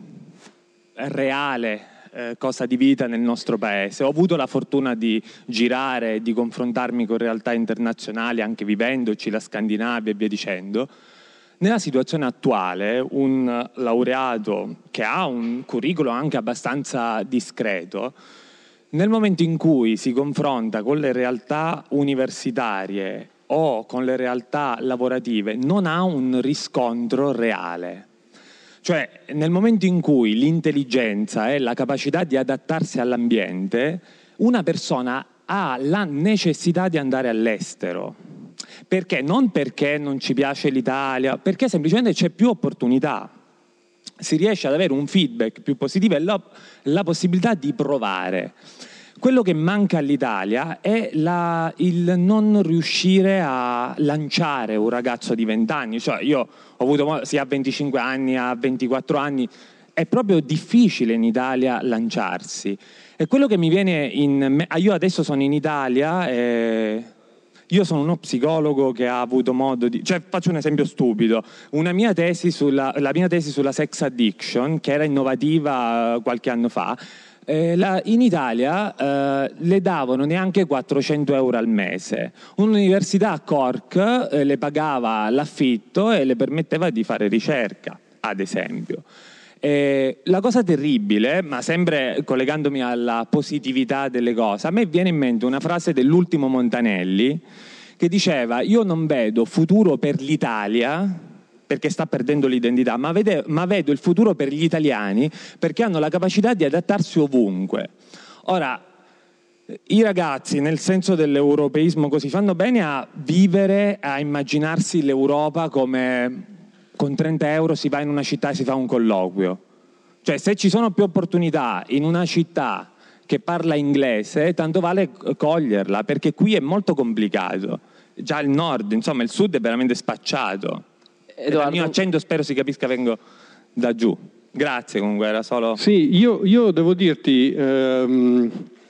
reale uh, cosa di vita nel nostro paese. Ho avuto la fortuna di girare e di confrontarmi con realtà internazionali, anche vivendoci, la Scandinavia e via dicendo. Nella situazione attuale, un laureato che ha un curriculum anche abbastanza discreto, nel momento in cui si confronta con le realtà universitarie o con le realtà lavorative, non ha un riscontro reale. Cioè, nel momento in cui l'intelligenza e la capacità di adattarsi all'ambiente, una persona ha la necessità di andare all'estero. Perché? Non perché non ci piace l'Italia, perché semplicemente c'è più opportunità. Si riesce ad avere un feedback più positivo e la, la possibilità di provare. Quello che manca all'Italia è la, il non riuscire a lanciare un ragazzo di venti anni. Cioè, io ho avuto sia a venticinque anni, a ventiquattro anni, è proprio difficile in Italia lanciarsi. E quello che mi viene in... Io adesso sono in Italia e... Io sono uno psicologo che ha avuto modo di... Cioè, faccio un esempio stupido. Una mia tesi sulla, la mia tesi sulla sex addiction, che era innovativa qualche anno fa, eh, la, in Italia eh, le davano neanche quattrocento euro al mese. Un'università a Cork eh, le pagava l'affitto e le permetteva di fare ricerca, ad esempio. Eh, la cosa terribile, ma sempre collegandomi alla positività delle cose, a me viene in mente una frase dell'ultimo Montanelli che diceva: io non vedo futuro per l'Italia perché sta perdendo l'identità, ma, vede, ma vedo il futuro per gli italiani perché hanno la capacità di adattarsi ovunque. Ora, i ragazzi, nel senso dell'europeismo, così fanno bene a vivere, a immaginarsi l'Europa come... con trenta euro si va in una città e si fa un colloquio. Cioè, se ci sono più opportunità in una città che parla inglese, tanto vale coglierla, perché qui è molto complicato. Già il nord, insomma, il sud è veramente spacciato. Edoardo... Il mio accento spero si capisca, vengo da giù. Grazie, comunque, era solo... Sì, io, io devo dirti... Ehm...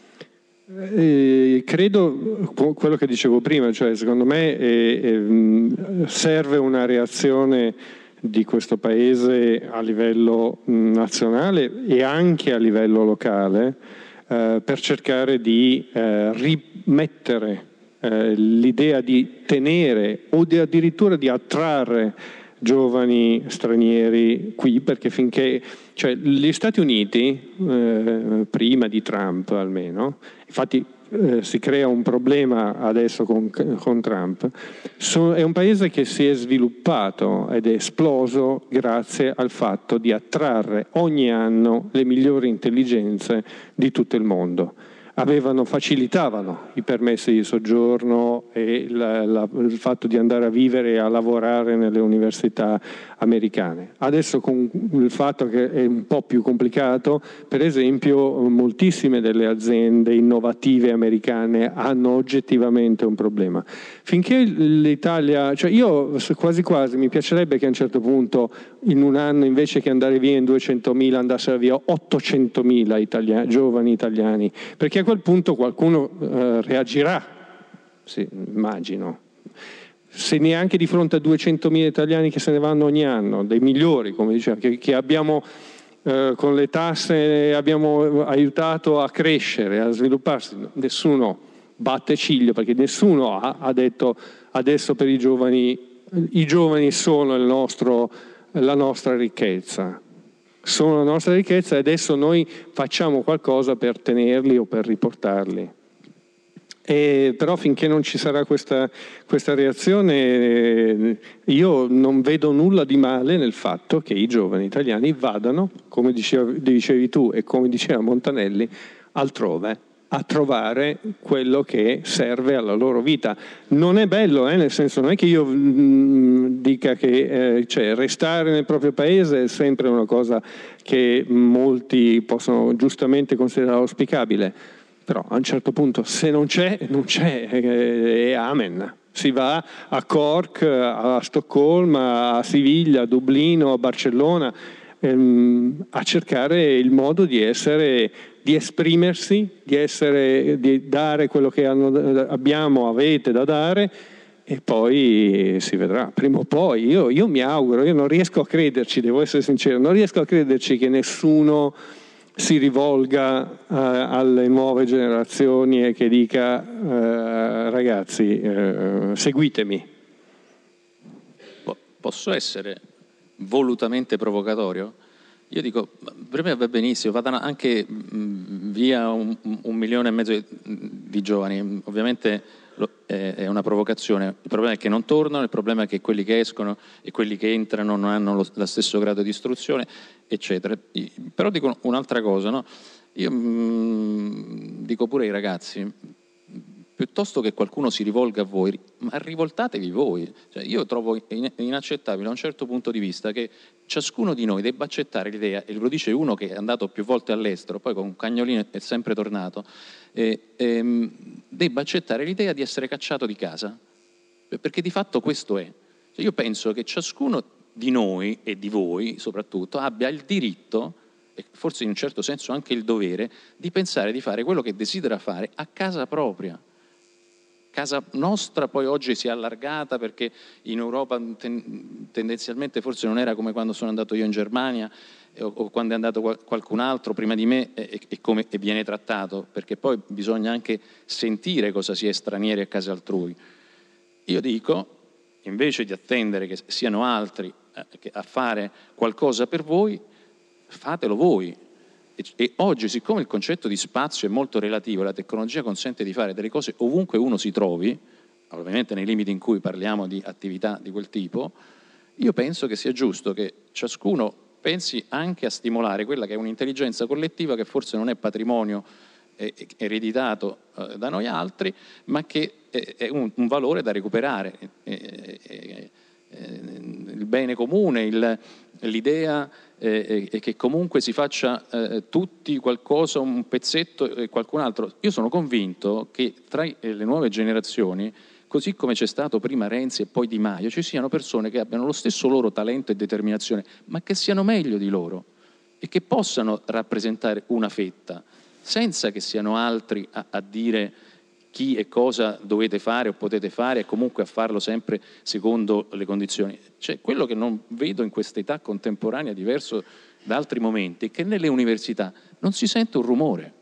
Eh, credo quello che dicevo prima, cioè secondo me eh, eh, serve una reazione di questo paese a livello nazionale e anche a livello locale eh, per cercare di eh, rimettere eh, l'idea di tenere o di addirittura di attrarre giovani stranieri qui, perché finché, cioè, gli Stati Uniti eh, prima di Trump almeno, infatti eh, si crea un problema adesso con, con Trump, so, è un paese che si è sviluppato ed è esploso grazie al fatto di attrarre ogni anno le migliori intelligenze di tutto il mondo. Avevano, facilitavano i permessi di soggiorno e la, la, il fatto di andare a vivere e a lavorare nelle università americane. Adesso con il fatto che è un po' più complicato, per esempio moltissime delle aziende innovative americane hanno oggettivamente un problema. Finché l'Italia, cioè io quasi quasi mi piacerebbe che a un certo punto in un anno invece che andare via in duecentomila andassero via ottocentomila italiani, giovani italiani, perché a quel punto qualcuno eh, reagirà, sì, immagino. se neanche di fronte a duecentomila italiani che se ne vanno ogni anno, dei migliori, come diceva, che, che abbiamo eh, con le tasse abbiamo aiutato a crescere, a svilupparsi, nessuno batte ciglio, perché nessuno ha, ha detto adesso per i giovani, i giovani sono il nostro, la nostra ricchezza, sono la nostra ricchezza e adesso noi facciamo qualcosa per tenerli o per riportarli. E però finché non ci sarà questa, questa reazione, io non vedo nulla di male nel fatto che i giovani italiani vadano, come dicevi, dicevi tu e come diceva Montanelli, altrove a trovare quello che serve alla loro vita. Non è bello, eh, nel senso, non è che io mh, dica che eh, cioè, restare nel proprio paese è sempre una cosa che molti possono giustamente considerare auspicabile. Però a un certo punto se non c'è, non c'è, e amen. Si va a Cork, a Stoccolma, a Siviglia, a Dublino, a Barcellona, ehm, a cercare il modo di essere, di esprimersi, di, essere, di dare quello che hanno, abbiamo, avete da dare, e poi si vedrà. Prima o poi, io, io mi auguro, io non riesco a crederci, devo essere sincero, non riesco a crederci che nessuno si rivolga uh, alle nuove generazioni e che dica uh, ragazzi uh, seguitemi. Posso essere volutamente provocatorio? Io dico, per me va benissimo, vadano anche via un, un milione e mezzo di, di giovani, ovviamente è, è una provocazione, il problema è che non tornano, il problema è che quelli che escono e quelli che entrano non hanno lo, lo stesso grado di istruzione, eccetera. Però dico un'altra cosa, no? Io mh, dico pure ai ragazzi, piuttosto che qualcuno si rivolga a voi, ma rivoltatevi voi. Cioè, io trovo inaccettabile a un certo punto di vista che ciascuno di noi debba accettare l'idea, e lo dice uno che è andato più volte all'estero, poi con un cagnolino è sempre tornato, eh, ehm, debba accettare l'idea di essere cacciato di casa, perché di fatto questo è. Cioè, io penso che ciascuno di noi, e di voi soprattutto, abbia il diritto, e forse in un certo senso anche il dovere, di pensare di fare quello che desidera fare a casa propria. Casa nostra poi oggi si è allargata perché in Europa ten- tendenzialmente forse non era come quando sono andato io in Germania eh, o, o quando è andato qual- qualcun altro prima di me e, e come e viene trattato, perché poi bisogna anche sentire cosa si è stranieri a casa altrui. Io dico, invece di attendere che siano altri eh, che a fare qualcosa per voi, fatelo voi. E oggi, siccome il concetto di spazio è molto relativo, la tecnologia consente di fare delle cose ovunque uno si trovi, ovviamente nei limiti in cui parliamo di attività di quel tipo, io penso che sia giusto che ciascuno pensi anche a stimolare quella che è un'intelligenza collettiva che forse non è patrimonio eh, ereditato eh, da noi altri, ma che è, è un, un valore da recuperare. Eh, eh, eh, il bene comune, il, l'idea eh, eh, che comunque si faccia eh, tutti qualcosa, un pezzetto e qualcun altro. Io sono convinto che tra le nuove generazioni, così come c'è stato prima Renzi e poi Di Maio, ci siano persone che abbiano lo stesso loro talento e determinazione, ma che siano meglio di loro e che possano rappresentare una fetta, senza che siano altri a, a dire chi e cosa dovete fare o potete fare e comunque a farlo sempre secondo le condizioni. Cioè, quello che non vedo in questa età contemporanea, diverso da altri momenti, è che nelle università non si sente un rumore.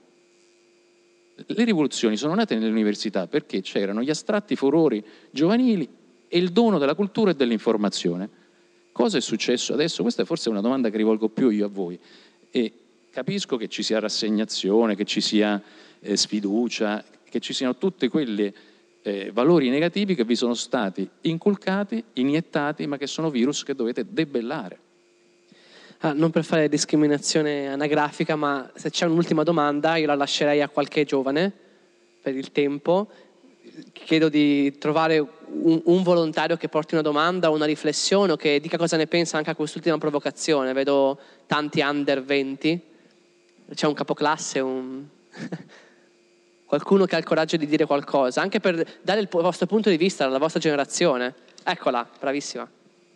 Le rivoluzioni sono nate nelle università perché c'erano gli astratti furori giovanili e il dono della cultura e dell'informazione. Cosa è successo adesso? Questa è forse una domanda che rivolgo più io a voi. E capisco che ci sia rassegnazione, che ci sia eh, sfiducia, che ci siano tutti quei eh, valori negativi che vi sono stati inculcati, iniettati, ma che sono virus che dovete debellare. Ah, non per fare discriminazione anagrafica, ma se c'è un'ultima domanda io la lascerei a qualche giovane per il tempo. Chiedo di trovare un, un volontario che porti una domanda o una riflessione o che dica cosa ne pensa anche a quest'ultima provocazione. Vedo tanti under venti, c'è un capoclasse, un... qualcuno che ha il coraggio di dire qualcosa, anche per dare il vostro punto di vista alla vostra generazione. Eccola, bravissima.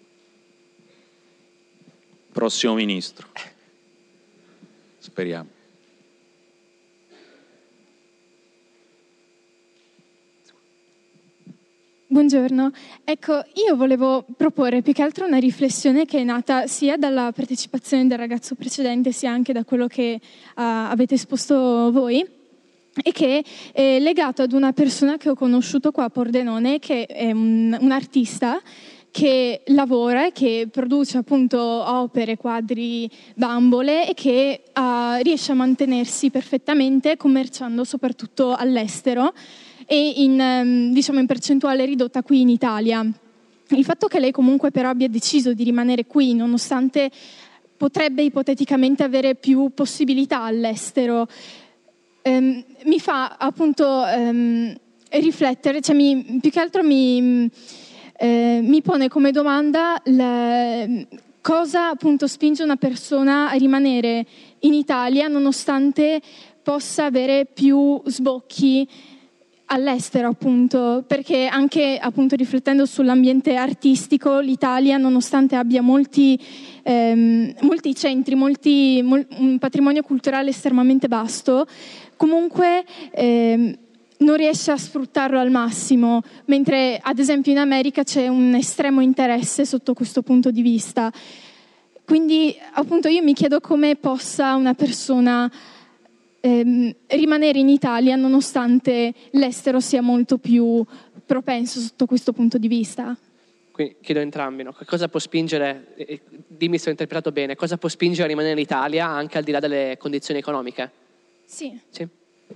Prossimo ministro. Speriamo. Buongiorno, ecco, io volevo proporre più che altro una riflessione che è nata sia dalla partecipazione del ragazzo precedente sia anche da quello che uh, avete esposto voi, e che è legato ad una persona che ho conosciuto qua a Pordenone, che è un, un artista che lavora e che produce appunto opere, quadri, bambole, e che uh, riesce a mantenersi perfettamente commerciando soprattutto all'estero e in, diciamo, in percentuale ridotta qui in Italia. Il fatto che lei comunque però abbia deciso di rimanere qui, nonostante potrebbe ipoteticamente avere più possibilità all'estero, ehm, mi fa appunto ehm, riflettere, cioè mi, più che altro mi, eh, mi pone come domanda la, cosa appunto spinge una persona a rimanere in Italia nonostante possa avere più sbocchi all'estero, appunto, perché anche appunto riflettendo sull'ambiente artistico, l'Italia, nonostante abbia molti, ehm, molti centri, molti, mol, un patrimonio culturale estremamente vasto, comunque ehm, non riesce a sfruttarlo al massimo, mentre ad esempio in America c'è un estremo interesse sotto questo punto di vista. Quindi appunto io mi chiedo come possa una persona Ehm, rimanere in Italia nonostante l'estero sia molto più propenso sotto questo punto di vista. Quindi chiedo a entrambi, no? Cosa può spingere, eh, dimmi se ho interpretato bene, cosa può spingere a rimanere in Italia anche al di là delle condizioni economiche? Sì. Sì.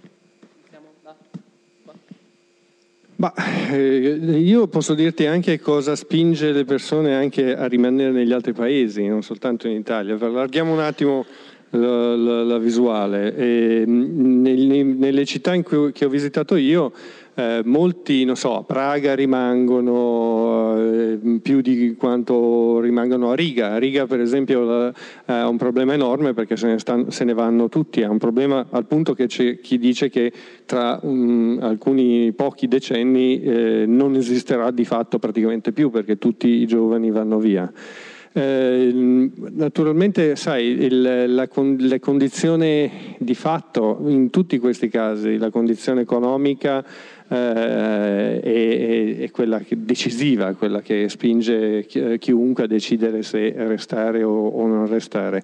Ma, eh, io posso dirti anche cosa spinge le persone anche a rimanere negli altri paesi, non soltanto in Italia. Allarghiamo un attimo La, la, la visuale. E, nel, nelle città in cui che ho visitato io, eh, molti, non so, a Praga rimangono eh, più di quanto rimangono a Riga. A Riga, per esempio, la, ha un problema enorme perché se ne, stanno, se ne vanno tutti. Ha un problema al punto che c'è chi dice che tra um, alcuni pochi decenni eh, non esisterà di fatto praticamente più perché tutti i giovani vanno via. Eh, naturalmente, sai, il, la, la condizione di fatto in tutti questi casi, la condizione economica eh, è, è quella che, decisiva, quella che spinge chiunque a decidere se restare o, o non restare.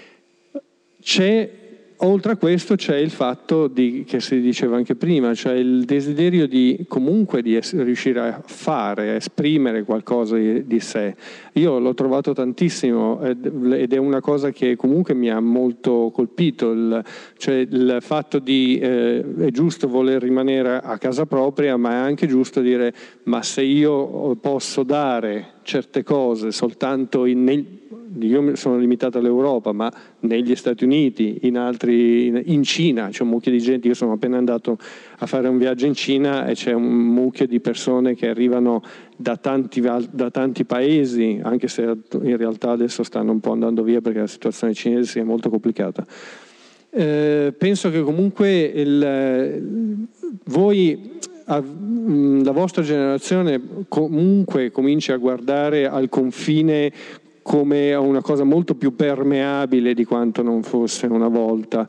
C'è Oltre a questo c'è il fatto di, che si diceva anche prima, cioè il desiderio di comunque di es- riuscire a fare, a esprimere qualcosa di, di sé. Io l'ho trovato tantissimo ed, ed è una cosa che comunque mi ha molto colpito, il, cioè il fatto di eh, è giusto voler rimanere a casa propria, ma è anche giusto dire ma se io posso dare certe cose soltanto in, nel, io sono limitato all'Europa, ma negli Stati Uniti, in altri, in Cina, c'è un mucchio di gente. Io sono appena andato a fare un viaggio in Cina e c'è un mucchio di persone che arrivano da tanti, da tanti paesi, anche se in realtà adesso stanno un po' andando via perché la situazione cinese sia molto complicata. Eh, penso che comunque il, voi, la vostra generazione comunque cominci a guardare al confine come a una cosa molto più permeabile di quanto non fosse una volta.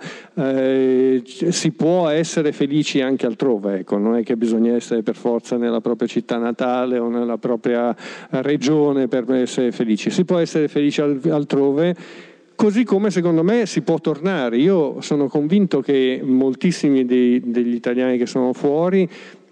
Eh, si può essere felici anche altrove, ecco, non è che bisogna essere per forza nella propria città natale o nella propria regione per essere felici, si può essere felici altrove. Così come secondo me si può tornare. Io sono convinto che moltissimi dei, degli italiani che sono fuori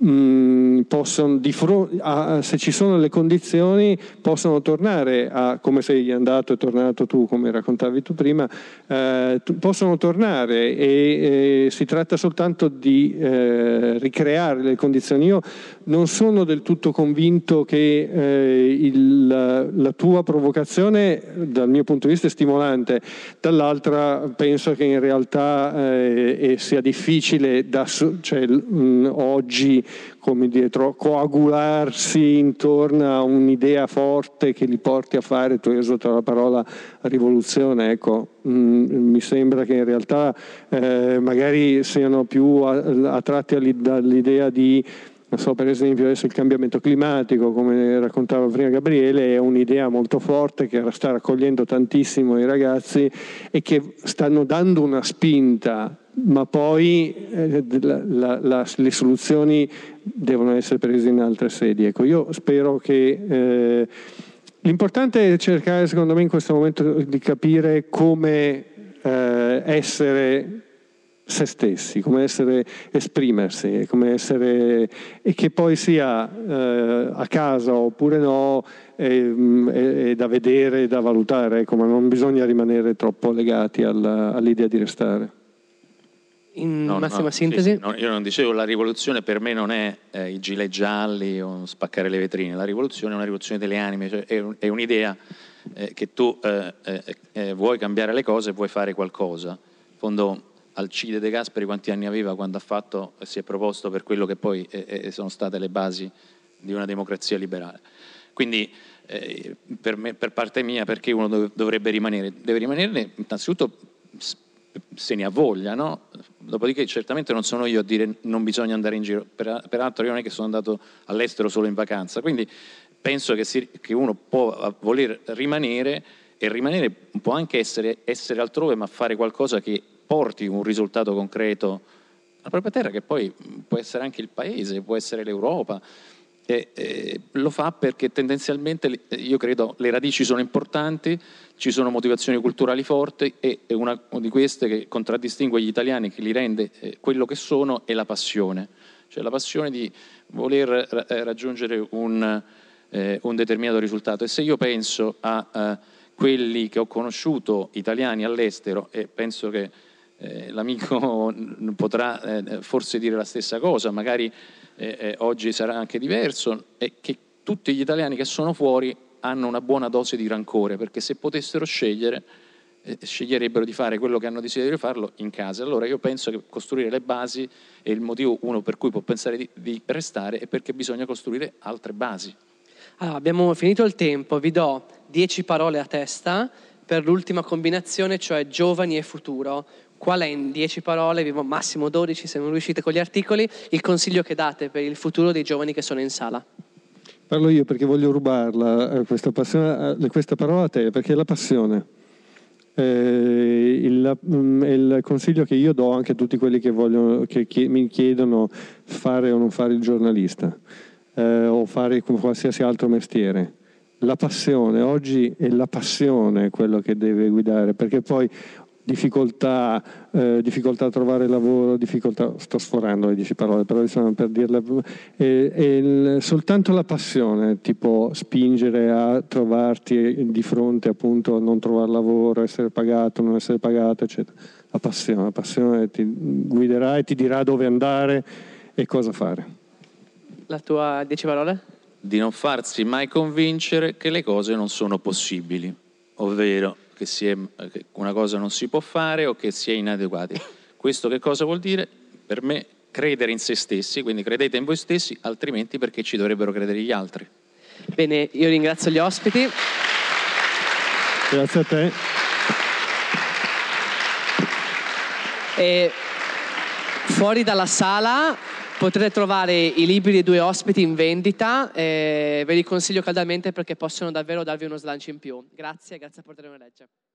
mh, possono, di fronte a, se ci sono le condizioni, possono tornare a, come sei andato e tornato tu, come raccontavi tu prima, eh, possono tornare e, e si tratta soltanto di eh, ricreare le condizioni. Io non sono del tutto convinto che eh, il, la, la tua provocazione dal mio punto di vista è stimolante. Dall'altra penso che in realtà eh, sia difficile da, cioè, mh, oggi come dire, coagularsi intorno a un'idea forte che li porti a fare, tu hai usato la parola rivoluzione, ecco, mh, mi sembra che in realtà eh, magari siano più attratti dall'idea di, non so, per esempio adesso il cambiamento climatico, come raccontava prima Gabriele, è un'idea molto forte che sta raccogliendo tantissimo i ragazzi e che stanno dando una spinta ma poi eh, la, la, la, le soluzioni devono essere prese in altre sedi. Ecco, io spero che eh, l'importante è cercare, secondo me, in questo momento di capire come eh, essere se stessi, come essere, esprimersi, come essere, e che poi sia eh, a casa oppure no, è, è, è da vedere, da valutare, ecco, ma non bisogna rimanere troppo legati alla, all'idea di restare. In no, massima no, sintesi? Sì, sì, no, io non dicevo, la rivoluzione per me non è eh, i gilet gialli o spaccare le vetrine, la rivoluzione è una rivoluzione delle anime, cioè è, un, è un'idea eh, che tu eh, eh, vuoi cambiare le cose, vuoi fare qualcosa. In fondo Alcide De Gasperi quanti anni aveva quando ha fatto, si è proposto per quello che poi eh, eh, sono state le basi di una democrazia liberale. Quindi eh, per, me, per parte mia, perché uno dov- dovrebbe rimanere? Deve rimanerne innanzitutto se ne ha voglia, no? Dopodiché certamente non sono io a dire non bisogna andare in giro, per, peraltro io non è che sono andato all'estero solo in vacanza, quindi penso che, si, che uno può voler rimanere, e rimanere può anche essere, essere altrove, ma fare qualcosa che porti un risultato concreto alla propria terra, che poi può essere anche il paese, può essere l'Europa. E, e, lo fa perché tendenzialmente io credo le radici sono importanti, ci sono motivazioni culturali forti e, e una di queste che contraddistingue gli italiani, che li rende eh, quello che sono, è la passione, cioè la passione di voler ra- raggiungere un, eh, un determinato risultato. E se io penso a, a quelli che ho conosciuto italiani all'estero, e penso che eh, l'amico potrà eh, forse dire la stessa cosa, magari Eh, eh, oggi sarà anche diverso, è che tutti gli italiani che sono fuori hanno una buona dose di rancore, perché se potessero scegliere, eh, sceglierebbero di fare quello che hanno desiderio di farlo in casa. Allora io penso che costruire le basi è il motivo uno per cui può pensare di, di restare, e perché bisogna costruire altre basi. Allora, abbiamo finito il tempo, vi do dieci parole a testa per l'ultima combinazione, cioè giovani e futuro. Qual è, in dieci parole, vi massimo dodici se non riuscite con gli articoli, il consiglio che date per il futuro dei giovani che sono in sala? Parlo io perché voglio rubarla, questa, passione, questa parola a te, perché è la passione. Eh, il, il consiglio che io do anche a tutti quelli che, vogliono, che, che mi chiedono fare o non fare il giornalista, eh, o fare qualsiasi altro mestiere. La passione, oggi è la passione quello che deve guidare, perché poi difficoltà, eh, difficoltà a trovare lavoro, difficoltà, sto sforando le dieci parole, però insomma per dirle, è, è il, soltanto la passione ti può spingere a trovarti di fronte appunto a non trovare lavoro, essere pagato, non essere pagato, eccetera. La passione, la passione ti guiderà e ti dirà dove andare e cosa fare. La tua dieci parole? Di non farsi mai convincere che le cose non sono possibili, ovvero che, si è, che una cosa non si può fare o che si è inadeguati. Questo che cosa vuol dire? Per me credere in se stessi, quindi credete in voi stessi, altrimenti perché ci dovrebbero credere gli altri. Bene, io ringrazio gli ospiti. Grazie a te. E fuori dalla sala potrete trovare i libri dei due ospiti in vendita, e ve li consiglio caldamente perché possono davvero darvi uno slancio in più. Grazie, grazie a Pordenone Legge.